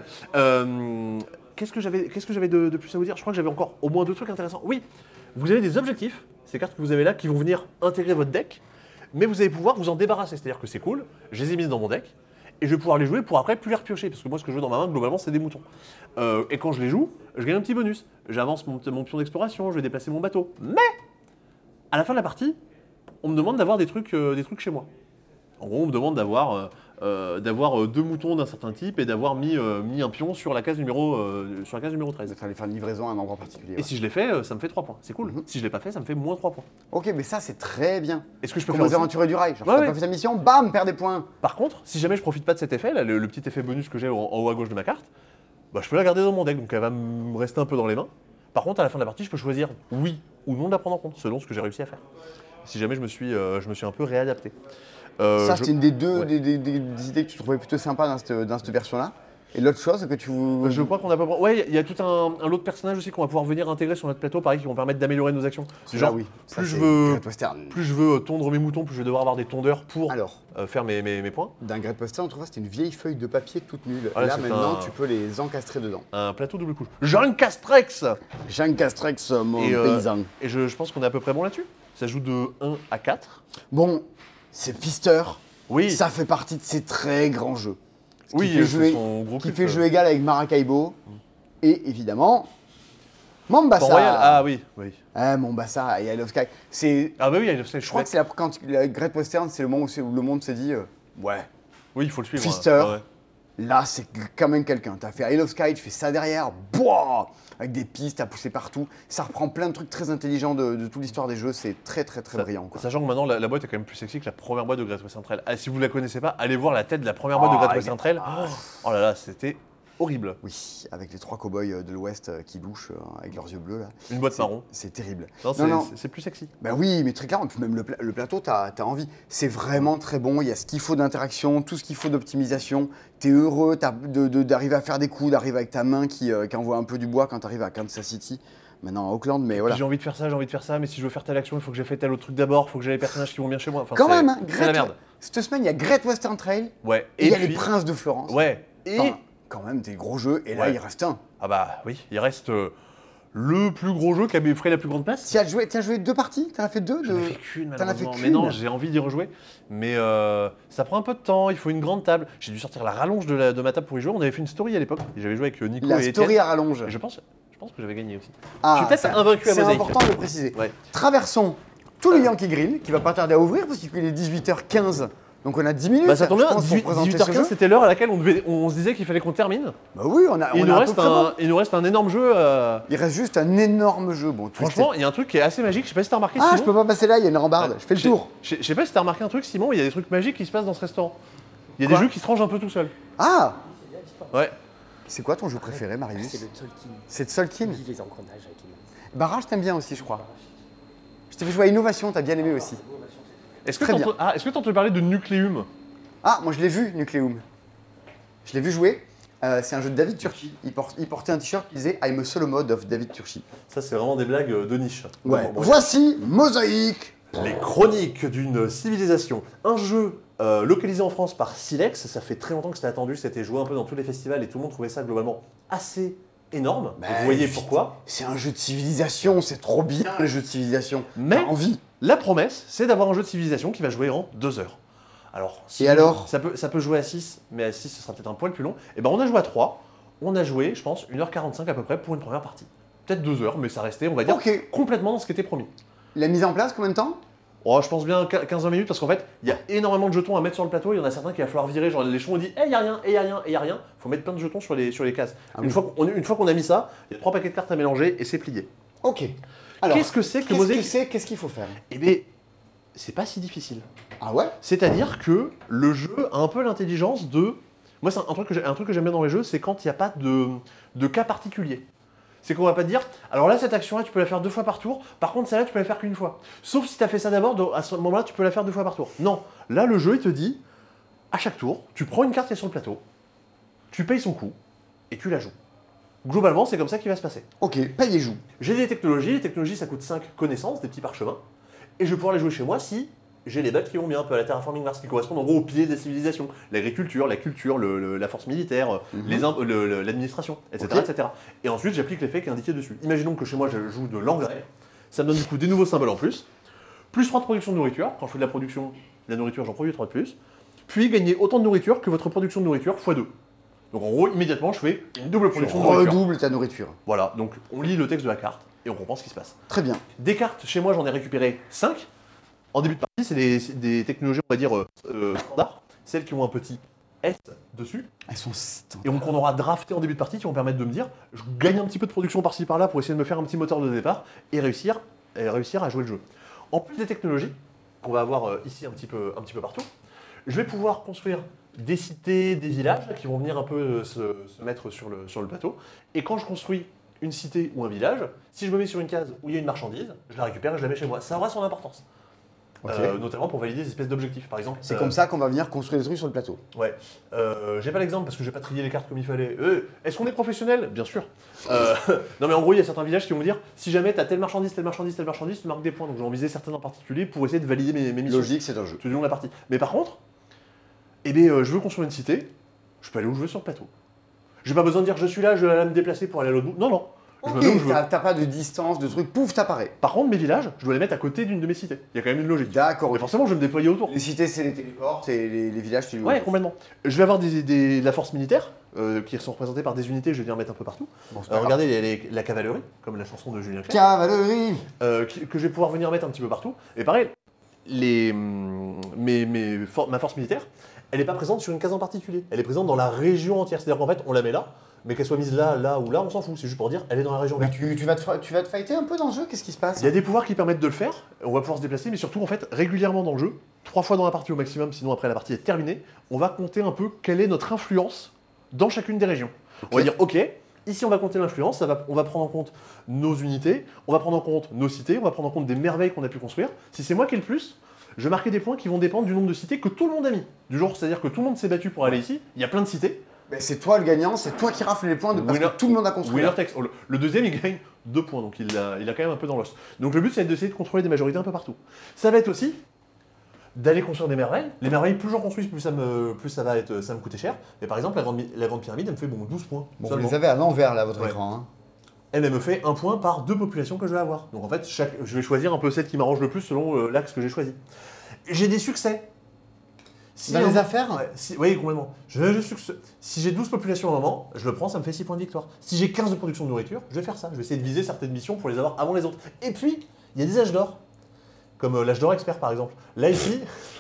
euh, qu'est-ce que j'avais, qu'est-ce que j'avais de, de plus à vous dire? Je crois que j'avais encore au moins deux trucs intéressants. Oui, vous avez des objectifs, ces cartes que vous avez là, qui vont venir intégrer votre deck, mais vous allez pouvoir vous en débarrasser. C'est-à-dire que c'est cool, je les ai mises dans mon deck, et je vais pouvoir les jouer pour après plus les repiocher, parce que moi, ce que je veux dans ma main, globalement, c'est des moutons. Euh, et quand je les joue, je gagne un petit bonus. J'avance mon, mon pion d'exploration, je vais déplacer mon bateau. Mais, à la fin de la partie, on me demande d'avoir des trucs, euh, des trucs chez moi. En gros, on me demande d'avoir euh, euh, d'avoir euh, deux moutons d'un certain type et d'avoir mis, euh, mis un pion sur la case numéro, euh, sur la case numéro treize. Il fallait faire une livraison à un endroit particulier. Et ouais. si je l'ai fait, euh, ça me fait trois points. C'est cool. Mhm. Si je l'ai pas fait, ça me fait moins trois points. Ok, mais ça, c'est très bien. Est-ce que je peux Comme faire aux aussi aventuriers du rail. Genre, Ouais, t'as ouais. pas fait ta mission, bam, perds des points. Par contre, si jamais je profite pas de cet effet, là, le, le petit effet bonus que j'ai en, en haut à gauche de ma carte, bah, je peux la garder dans mon deck, donc elle va me rester un peu dans les mains. Par contre, à la fin de la partie, je peux choisir oui ou non de la prendre en compte, selon ce que j'ai réussi à faire. Si jamais je me suis, euh, je me suis un peu réadapté. Euh, ça, je- c'était une des deux ouais. des, des- des- des idées que tu trouvais plutôt sympa dans cette, dans cette version-là. Et l'autre chose que tu. Je crois qu'on a pas. Ouais, il y a tout un, un lot de personnages aussi qu'on va pouvoir venir intégrer sur notre plateau, pareil, qui vont permettre d'améliorer nos actions. Celui-là, Genre, oui. Ça, plus je c'est veux, Great Western. plus je veux tondre mes moutons, plus je vais devoir avoir des tondeurs pour Alors, euh, faire mes, mes, mes points. d'un Great Western, on trouve c'était une vieille feuille de papier toute nulle. Voilà, Là, c'est maintenant, un- tu peux les encastrer dedans. Un plateau double couche. Jean Castrex. Jean Castrex, mon Et, euh, paysan. Et je, je pense qu'on est à peu près bon là-dessus. Ça joue de un à quatre. Bon, c'est Pfister. Oui. Ça fait partie de ces très grands jeux. qui Oui, fait, c'est jeu, son gros qui clip, fait euh. jeu égal avec Maracaibo. Et évidemment, Mombasa. Port Royal, ah oui, oui. Ah, Mombasa et I Love Sky. C'est, Ah bah oui, je sais, je crois que c'est la, quand la Great Western, c'est le moment où, c'est- où le monde s'est dit, euh, ouais, Oui, il faut le suivre. Pfister. hein. Ouais, ouais. là c'est quand même quelqu'un. T'as fait I Love Sky, tu fais ça derrière, boah, avec des pistes à pousser partout. Ça reprend plein de trucs très intelligents de, de toute l'histoire des jeux. C'est très très très Sa- brillant. Quoi. Sachant que maintenant la, la boîte est quand même plus sexy que la première boîte de Great Western Trail. Ah, si vous la connaissez pas, allez voir la tête de la première boîte de Ah, Great Western Trail. ah. Oh là là, c'était horrible. Oui, avec les trois cow-boys de l'Ouest euh, qui louchent euh, avec leurs yeux bleus là. Une boîte C'est- marron. C'est terrible. Non, c'est, non. c'est- c'est plus sexy. Bah oui, mais très clairement, puis même le, pla- le plateau, t'as as envie. C'est vraiment très bon, il y a ce qu'il faut d'interaction, tout ce qu'il faut d'optimisation. T'es heureux t'as- de- de- d'arriver à faire des coups, d'arriver avec ta main qui, euh, qui envoie un peu du bois quand t'arrives à Kansas City. Maintenant à Auckland, mais voilà. J'ai envie de faire ça, j'ai envie de faire ça, mais si je veux faire telle action, il faut que j'ai fait tel autre truc d'abord, il faut que j'ai les personnages qui vont bien chez moi. Enfin, Quand c'est, même, hein, c'est Great- la merde. Cette semaine, il y a Great Western Trail Ouais. et il y a puis, les Princes de Florence. Ouais. Et Enfin, quand même, des gros jeux, et là, Ouais. il reste un. ah bah oui, il reste euh, le plus gros jeu qui a ferait la plus grande place. Tu as joué, tu as joué deux parties? T'en as fait deux J'en de... ai fait qu'une T'en as fait malheureusement. qu'une Mais non, j'ai envie d'y rejouer. Mais euh, ça prend un peu de temps, il faut une grande table. J'ai dû sortir la rallonge de, la- de ma table pour y jouer. On avait fait une story à l'époque. J'avais joué avec euh, Nico La et story Étienne. à rallonge. Et je pense, je pense que j'avais gagné aussi. Ah, je suis peut-être ça- invaincu à C'est Mosaïque. important de le préciser. Ouais. Traversons tout le Yankee Grill, qui va pas tarder à ouvrir, parce qu'il est dix-huit heures quinze. Donc on a dix minutes. Bah ça tombe je bien, pense, pour dix-huit présenter dix-huit ce heures jeu. quinze c'était l'heure à laquelle on, devait, on se disait qu'il fallait qu'on termine. Bah oui, on a, Et il, on nous a à reste peu près un, bon. il nous reste un énorme jeu. euh, Il reste juste un énorme jeu. Bon, Twisted- Franchement, il y a un truc qui est assez magique. Je sais pas si t'as remarqué. Ah, Simon. je peux pas passer là, il y a une rambarde. Je fais le Je sais- tour. Je sais- je sais pas si t'as remarqué un truc, Simon, il y a des trucs magiques qui se passent dans ce restaurant. Il y a Quoi des jeux qui se rangent un peu tout seuls. Ah, Ouais. c'est quoi ton jeu préféré, Marius? C'est le Tolkien. C'est Tolkien. Lis les engrenages avec les Barrage, t'aimes bien aussi, je crois. Je t'ai fait jouer à Innovation, t'as bien aimé aussi. Est-ce que Très t'as bien. entendu- ah, est-ce que t'as entendu parler de Nucleum? Ah, moi je l'ai vu, Nucleum. Je l'ai vu jouer. Euh, c'est un jeu de David Turchi. Il, porte- il portait un t-shirt qui disait I'm a solo mode of David Turchi. Ça, c'est vraiment des blagues de niche. Ouais. Bon, bon, Voici Mosaïque. Les chroniques d'une civilisation. Un jeu euh, localisé en France par Silex. Ça fait très longtemps que c'était attendu. C'était joué un peu dans tous les festivals et tout le monde trouvait ça globalement assez énorme. Bah, Vous voyez putain, pourquoi. C'est un jeu de civilisation, c'est trop bien les jeux de civilisation. Mais- T'as envie. La promesse, c'est d'avoir un jeu de civilisation qui va jouer en deux heures. Alors, si Et alors ça peut, ça peut jouer à six, mais à six, ce sera peut-être un poil plus long. Et ben, on a joué à trois. On a joué, je pense, une heure quarante-cinq à peu près pour une première partie. Peut-être deux heures, mais ça restait, on va dire, Ok. complètement dans ce qui était promis. La mise en place, combien de temps? Oh, je pense bien quinze vingt minutes parce qu'en fait, il y a énormément de jetons à mettre sur le plateau. Il y en a certains qu'il va falloir virer. Genre, les l'échelon, on dit, eh, il y a rien, eh, il y a rien, eh, il y a rien. Faut mettre plein de jetons sur les, sur les cases. Ah une, oui. fois qu'on, une fois qu'on a mis ça, il y a trois paquets de cartes à mélanger et c'est plié. Ok. Alors, Qu'est-ce que c'est que qu'est-ce Mosaïque que c'est Qu'est-ce qu'il faut faire? Eh bien, c'est pas si difficile. Ah ouais? C'est-à-dire que le jeu a un peu l'intelligence de. Moi, c'est un un truc que j'ai- un truc que j'aime bien dans les jeux, c'est quand il n'y a pas de, de cas particulier. C'est qu'on va pas te dire, alors là, cette action-là, tu peux la faire deux fois par tour, par contre, celle-là, tu peux la faire qu'une fois. Sauf si tu as fait ça d'abord, donc, à ce moment-là, tu peux la faire deux fois par tour. Non, là, le jeu, il te dit, à chaque tour, tu prends une carte qui est sur le plateau, tu payes son coût, et tu la joues. Globalement, c'est comme ça qu'il va se passer. Ok, paye et joue. J'ai des technologies, les technologies, ça coûte cinq connaissances, des petits parchemins, et je vais pouvoir les jouer chez moi si j'ai les dates qui vont bien, un peu à la terraforming Mars, qui correspondent en gros aux piliers de la civilisation, l'agriculture, la culture, le- le- la force militaire, Mhm. les imp- le- le- l'administration, et cetera, Ok. et cetera. Et ensuite, j'applique l'effet qui est indiqué dessus. Imaginons que chez moi, je joue de l'engrais, ça me donne du coup des nouveaux symboles en plus, plus trois de production de nourriture, quand je fais de la production, de la nourriture, j'en produis trois de plus, puis gagner autant de nourriture que votre production de nourriture fois deux. Donc en gros, immédiatement, je fais une double Tu production de nourriture. redoubles ta nourriture. Voilà, donc on lit le texte de la carte et on comprend ce qui se passe. Très bien. Des cartes, chez moi, j'en ai récupéré cinq. En début de partie, c'est des, c'est des technologies, on va dire, euh, euh, standards, celles qui ont un petit S dessus, Elles sont... et on- qu'on aura drafté en début de partie, qui vont permettre de me dire, je gagne un petit peu de production par-ci par-là pour essayer de me faire un petit moteur de départ et réussir, et réussir à jouer le jeu. En plus des technologies, qu'on va avoir euh, ici un petit, peu, un petit peu partout, je vais pouvoir construire des cités, des villages qui vont venir un peu euh, se, se mettre sur le, sur le plateau. Et quand je construis une cité ou un village, si je me mets sur une case où il y a une marchandise, je la récupère et je la mets chez moi. Ça aura son importance. Ok. Euh, notamment pour valider des espèces d'objectifs, par exemple. C'est Euh, comme ça qu'on va venir construire des trucs sur le plateau. Ouais. Euh, j'ai pas l'exemple parce que j'ai pas trié les cartes comme il fallait. Euh, Est-ce qu'on est professionnel? Bien sûr. Euh, non mais en gros, il y a certains villages qui vont me dire, si jamais t'as telle marchandise, telle marchandise, telle marchandise, tu marques des points. Donc j'ai en visé certaines en particulier pour essayer de valider mes, mes missions. Logique, c'est un jeu. Tout du long de la partie. Mais par contre, eh bien, euh, je veux construire une cité, je peux aller où je veux sur le plateau. J'ai pas besoin de dire je suis là, je vais aller me déplacer pour aller à l'autre bout. Non, non. Je me Ok, mets où je veux. t'as t'as pas de distance, de trucs, pouf, t'apparais. Par contre, mes villages, je dois les mettre à côté d'une de mes cités. Il y a quand même une logique. D'accord. Et forcément, je vais me déployer autour. Les cités, c'est les téléports, et les, les villages, tu les Ouais, complètement. Je vais avoir des, des- de la force militaire, euh, qui sont représentées par des unités, je vais venir mettre un peu partout. Bon, c'est Euh, pas grave. regardez, il y a les- la cavalerie, comme la chanson de Julien Clerc, Cavalerie. euh, qui- que je vais pouvoir venir mettre un petit peu partout. Et pareil, les, hum, mes, mes for- ma force militaire, elle n'est pas présente sur une case en particulier. Elle est présente dans la région entière. C'est-à-dire qu'en fait, on la met là, mais qu'elle soit mise là, là ou là, on s'en fout. C'est juste pour dire, elle est dans la région Mais verte. tu, tu vas te, fra- tu vas te fighter un peu dans le jeu, qu'est-ce qui se passe? Il y a des pouvoirs qui permettent de le faire, on va pouvoir se déplacer, mais surtout en fait régulièrement dans le jeu, trois fois dans la partie au maximum, sinon après la partie est terminée, on va compter un peu quelle est notre influence dans chacune des régions. On va dire ok, ici on va compter l'influence, ça va, on va prendre en compte nos unités, on va prendre en compte nos cités, on va prendre en compte des merveilles qu'on a pu construire. Si c'est moi qui ai le plus, je vais marquer des points qui vont dépendre du nombre de cités que tout le monde a mis. Du genre, c'est-à-dire que tout le monde s'est battu pour aller ici, il y a plein de cités. Ben, c'est toi le gagnant, c'est toi qui rafles les points de parce Winner- que tout le monde a construit. Winner takes all. Le deuxième, il gagne deux points, donc il a, il a quand même un peu dans l'os. Donc le but, c'est d'essayer de contrôler des majorités un peu partout. Ça va être aussi d'aller construire des merveilles. Les merveilles, plus j'en construis, plus ça me, plus ça va être, ça me coûter cher. Mais par exemple, la grande, la grande pyramide, elle me fait bon, douze points. Bon, vous seulement. les avez à l'envers là, votre Ouais. écran. Hein. Elle, elle me fait un point par deux populations que je vais avoir. Donc en fait, chaque, je vais choisir un peu celle qui m'arrange le plus selon euh, l'axe que j'ai choisi. J'ai des succès. Si Dans un- les affaires Ouais, si- oui, complètement. Je, je succès. Si j'ai douze populations à un moment, je le prends, ça me fait six points de victoire. Si j'ai quinze de production de nourriture, je vais faire ça. Je vais essayer de viser certaines missions pour les avoir avant les autres. Et puis, il y a des âges d'or. Comme euh, l'âge d'or expert par exemple. Là ici,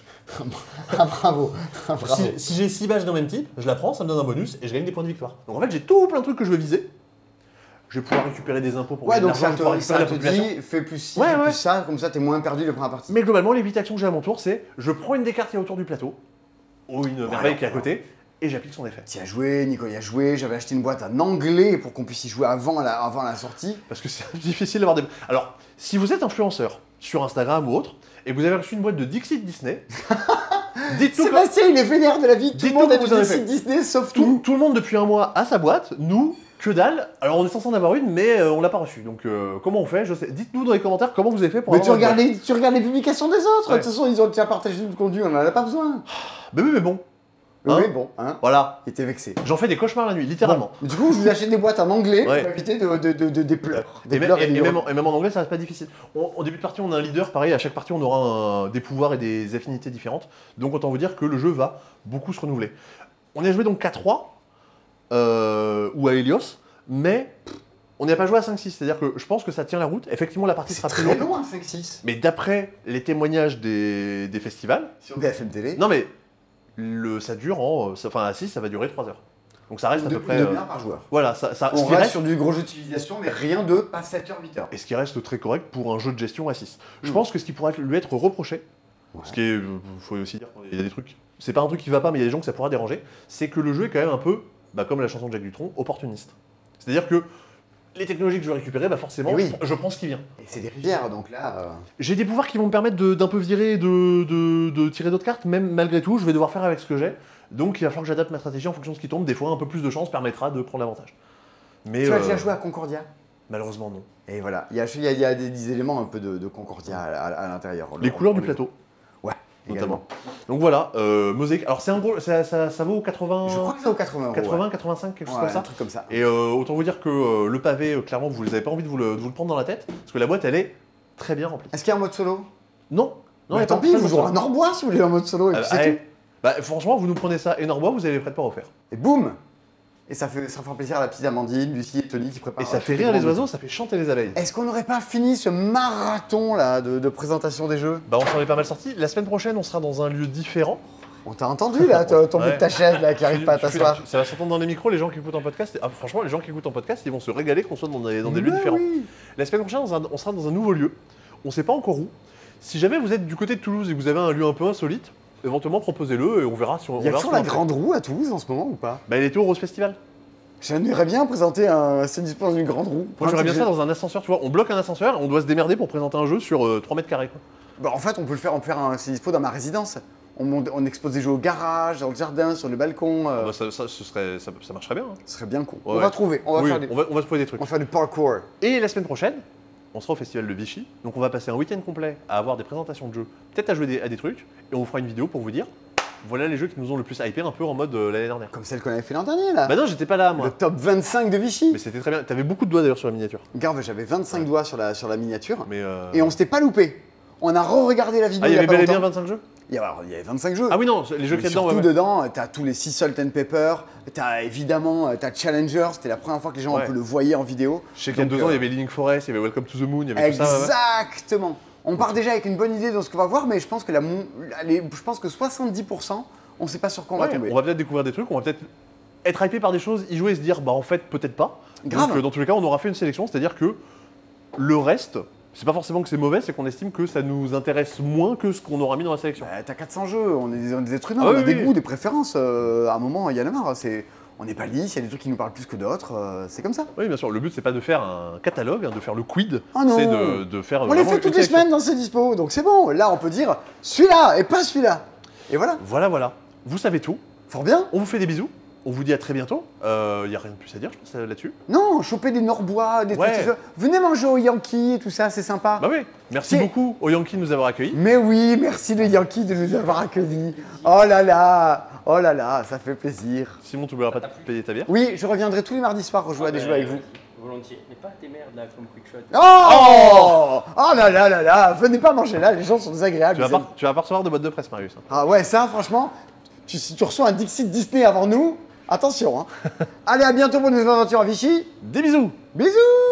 Ah bravo, Ah, bravo. si, si j'ai six badges d'un même type, je la prends, ça me donne un bonus et je gagne des points de victoire. Donc en fait, j'ai tout plein de trucs que je veux viser. Je vais pouvoir récupérer des impôts pour Ouais, gagner de donc l'argent, ça pouvoir te, récupérer ça la te population. dit, fais plus ci, Ouais, fais ouais. plus ça, comme ça t'es moins perdu les premières parties. Mais globalement, les huit actions que j'ai à mon tour, c'est je prends une des cartes qui est autour du plateau, ou une merveille alors, qui est à côté, et j'applique son effet. Tu y as joué, Nico y a joué, j'avais acheté une boîte en anglais pour qu'on puisse y jouer avant la, avant la sortie. Parce que c'est difficile d'avoir des. Alors, si vous êtes influenceur sur Instagram ou autre, et que vous avez reçu une boîte de Dixit Disney, dites-nous que Sébastien, il est vénère de la vie, tout le Dites-nous monde a que du vous en avez Disney, fait. Disney sauf tout, nous. tout le monde depuis un mois a sa boîte, nous, que dalle. Alors, on est censé en avoir une, mais euh, on l'a pas reçue. Donc, euh, comment on fait Je sais. Dites-nous dans les commentaires comment vous avez fait pour Mais tu avoir votre regardes, les, tu regardes les publications des autres, Ouais. de toute façon ils ont déjà partagé le contenu, on en a pas besoin. boîte. Mais oui, mais bon. Hein Oui, bon, hein, Voilà. il était vexé. J'en fais des cauchemars la nuit, littéralement. Du coup, je vous achète des boîtes en anglais Ouais. pour éviter de, de, de, de- des pleurs. Des Et, même, pleurs et- et des même en, et même en anglais, ça reste pas difficile. On- au début de partie, on a un leader, pareil, à chaque partie, on aura un- des pouvoirs et des affinités différentes. Donc autant vous dire que le jeu va beaucoup se renouveler. On y a joué donc qu'à trois, euh, ou à Helios, mais on n'y a pas joué à cinq six. C'est-à-dire que je pense que ça tient la route. Effectivement, la partie C'est sera plus très longue. loin, cinq six. Mais d'après les témoignages des, des festivals, Sur B F M Télé. non mais le, ça dure en. euh, ça- Enfin, à six, ça va durer trois heures. Donc ça reste à de, peu près. une euh, demi-heure par joueur. voilà, ça, ça, ce On qui reste reste. sur du gros jeu d'utilisation, mais rien de pas sept heures, huit heures. Et ce qui reste très correct pour un jeu de gestion à six. Je Mm. pense que ce qui pourrait lui être reproché, Ouais. ce qui est, euh, faut aussi dire qu'il y a des trucs, c'est pas un truc qui va pas, mais il y a des gens que ça pourra déranger, c'est que le jeu est quand même un peu, bah, comme la chanson de Jacques Dutronc, opportuniste. C'est-à-dire que les technologies que je vais récupérer, bah forcément, Eh oui. je, je prends ce qui vient. Et c'est des rivières, donc là. euh, J'ai des pouvoirs qui vont me permettre de- d'un peu virer, de, de, de tirer d'autres cartes, même malgré tout, je vais devoir faire avec ce que j'ai. Donc il va falloir que j'adapte ma stratégie en fonction de ce qui tombe. Des fois, un peu plus de chance permettra de prendre l'avantage. Mais Tu as euh, déjà joué à Concordia? malheureusement, non. Et voilà, il y a, il y a- il y a des, des éléments un peu de, de Concordia à, à- à l'intérieur. Les On- couleurs on du les- plateau, Ouais, notamment. également. Donc voilà, euh, mosaïque. Alors c'est un gros, ça, ça, ça vaut quatre-vingts, Je crois que c'est au quatre-vingts euros. quatre-vingts, ouais. quatre-vingt-cinq, quelque chose Ouais, comme un ça. truc comme ça. Et euh, autant vous dire que euh, le pavé, euh, clairement, vous n'avez pas envie de vous, le, de vous le prendre dans la tête, parce que la boîte, elle est très bien remplie. Est-ce qu'il y a un mode solo? Non, non, Non, il y a tant pas- pis, pas de vous jouerez mode en Orbois si vous voulez un mode solo, et Ah, puis c'est allez. tout. Bah, franchement, vous nous prenez ça et Norbois, vous avez les frais de port offerts. Et boum! Et ça, fait, ça fera plaisir à la petite Amandine, Lucie et Tony qui préparent. Et ça un fait petit rire les moment de- oiseaux, ça fait chanter les abeilles. Est-ce qu'on n'aurait pas fini ce marathon là de, de présentation des jeux? Bah, on s'en est pas mal sorti. La semaine prochaine, on sera dans un lieu différent. On t'a entendu là, ton ton bout Ouais. de ta chaise là qui arrive pas à Je suis- t'asseoir. Ça va s'entendre dans les micros, les gens qui écoutent en podcast. Ah, franchement, les gens qui écoutent en podcast, ils vont se régaler qu'on soit dans des, dans des lieux Mais différents. oui. La semaine prochaine, on sera- on sera dans un nouveau lieu. On sait pas encore où. Si jamais vous êtes du côté de Toulouse et que vous avez un lieu un peu insolite, éventuellement proposez-le et on verra si on Il y a on verra toujours ce la qu'on fait. grande roue à Toulouse en ce moment ou pas? Bah, il était au Rose Festival. J'aimerais bien présenter un c'est dispense d'une grande roue. Moi, j'aimerais bien ça dans un ascenseur, tu vois. On bloque un ascenseur, on doit se démerder pour présenter un jeu sur euh, trois mètres carrés. Quoi. Bah, en fait, on peut le faire, on peut faire un c'est dispo dans ma résidence. On, monte- on expose des jeux au garage, dans le jardin, sur les balcons. euh, Ah bah, ça, ça, ce serait, ça, ça marcherait bien. hein. Ce serait bien cool. Ouais. On va trouver, on va, Oui, faire du, on, va, on va se trouver des trucs. on va faire du parkour. Et la semaine prochaine, on sera au festival de Vichy. Donc on va passer un week-end complet à avoir des présentations de jeux, peut-être à jouer des- à des trucs. Et on vous fera une vidéo pour vous dire Voilà les jeux qui nous ont le plus hypé un peu en mode euh, l'année dernière. Comme celle qu'on avait fait l'an dernier, là. Bah non, j'étais pas là Le moi. top vingt-cinq de Vichy. Mais c'était très bien. T'avais beaucoup de doigts d'ailleurs sur la miniature. Regarde, j'avais vingt-cinq doigts sur la, sur la miniature. Mais euh... Et on s'était pas loupé. On a re-regardé la vidéo Ah, il y il y a avait pas bel et bien longtemps. vingt-cinq jeux Il y, a, alors, il y avait vingt-cinq jeux. Ah oui, non, les jeux qu'il y a dedans, Surtout ouais, ouais. dedans, t'as tous les Sea Salt and Pepper, t'as évidemment, euh, t'as Challenger, c'était la première fois que les gens Ouais. un peu le voyaient en vidéo. Je sais qu'il y a Donc, deux ans, il y euh, avait Link Forest, il y avait Welcome to the Moon, il y avait tout ça. ouais, ouais. Exactement. On part déjà avec une bonne idée dans ce qu'on va voir, mais je pense que, la, mon- les- je pense que soixante-dix pour cent, on sait pas sur quoi on Ouais, va tomber. on va peut-être découvrir des trucs, on va peut-être être hypé par des choses, y jouer et se dire, bah en fait, peut-être pas. Grave. Donc, euh, dans tous les cas, on aura fait une sélection, c'est-à-dire que le reste, c'est pas forcément que c'est mauvais, c'est qu'on estime que ça nous intéresse moins que ce qu'on aura mis dans la sélection. Bah, t'as quatre cents jeux, on est des, on est des êtres humains, Ah on oui, a des oui. goûts, des préférences. euh, à un moment, il y en a marre. C'est, on n'est pas lisse, il y a des trucs qui nous parlent plus que d'autres. euh, c'est comme ça. Oui, bien sûr, le but, c'est pas de faire un catalogue, hein, de faire le quid, Ah non. c'est de, de faire. On les vraiment fait une toutes les sélection. semaines dans ces dispos, donc c'est bon. Là, on peut dire celui-là et pas celui-là. Et voilà, Voilà, voilà. Vous savez tout. fort bien. On vous fait des bisous. On vous dit à très bientôt. Il n'y a rien de plus à dire, je pense, là-dessus. Non, choper des Norbois, des Ouais. trucs. Venez manger au Yankee et tout ça, c'est sympa. Bah oui, merci Si. beaucoup aux Yankees de nous avoir accueillis. Mais oui, merci les Yankees de nous avoir accueillis. Oh là là, oh là là, ça fait plaisir. Simon, tu n'oublieras pas de payer ta bière. Oui, je reviendrai tous les mardis soirs rejouer à des Euh, jeux avec vous. Volontiers. Mais pas tes merdes là, comme Quickshot. Oh Oh là là là là, venez pas manger là, les gens sont désagréables. Tu vas, ils aiment- pas, tu vas pas recevoir de boîte de presse, Marius. hein. Ah ouais, ça franchement, tu, si tu reçois un Dixit Disney avant nous, attention. Hein. Allez, à bientôt pour une nouvelle aventure à Vichy. Des bisous. Bisous.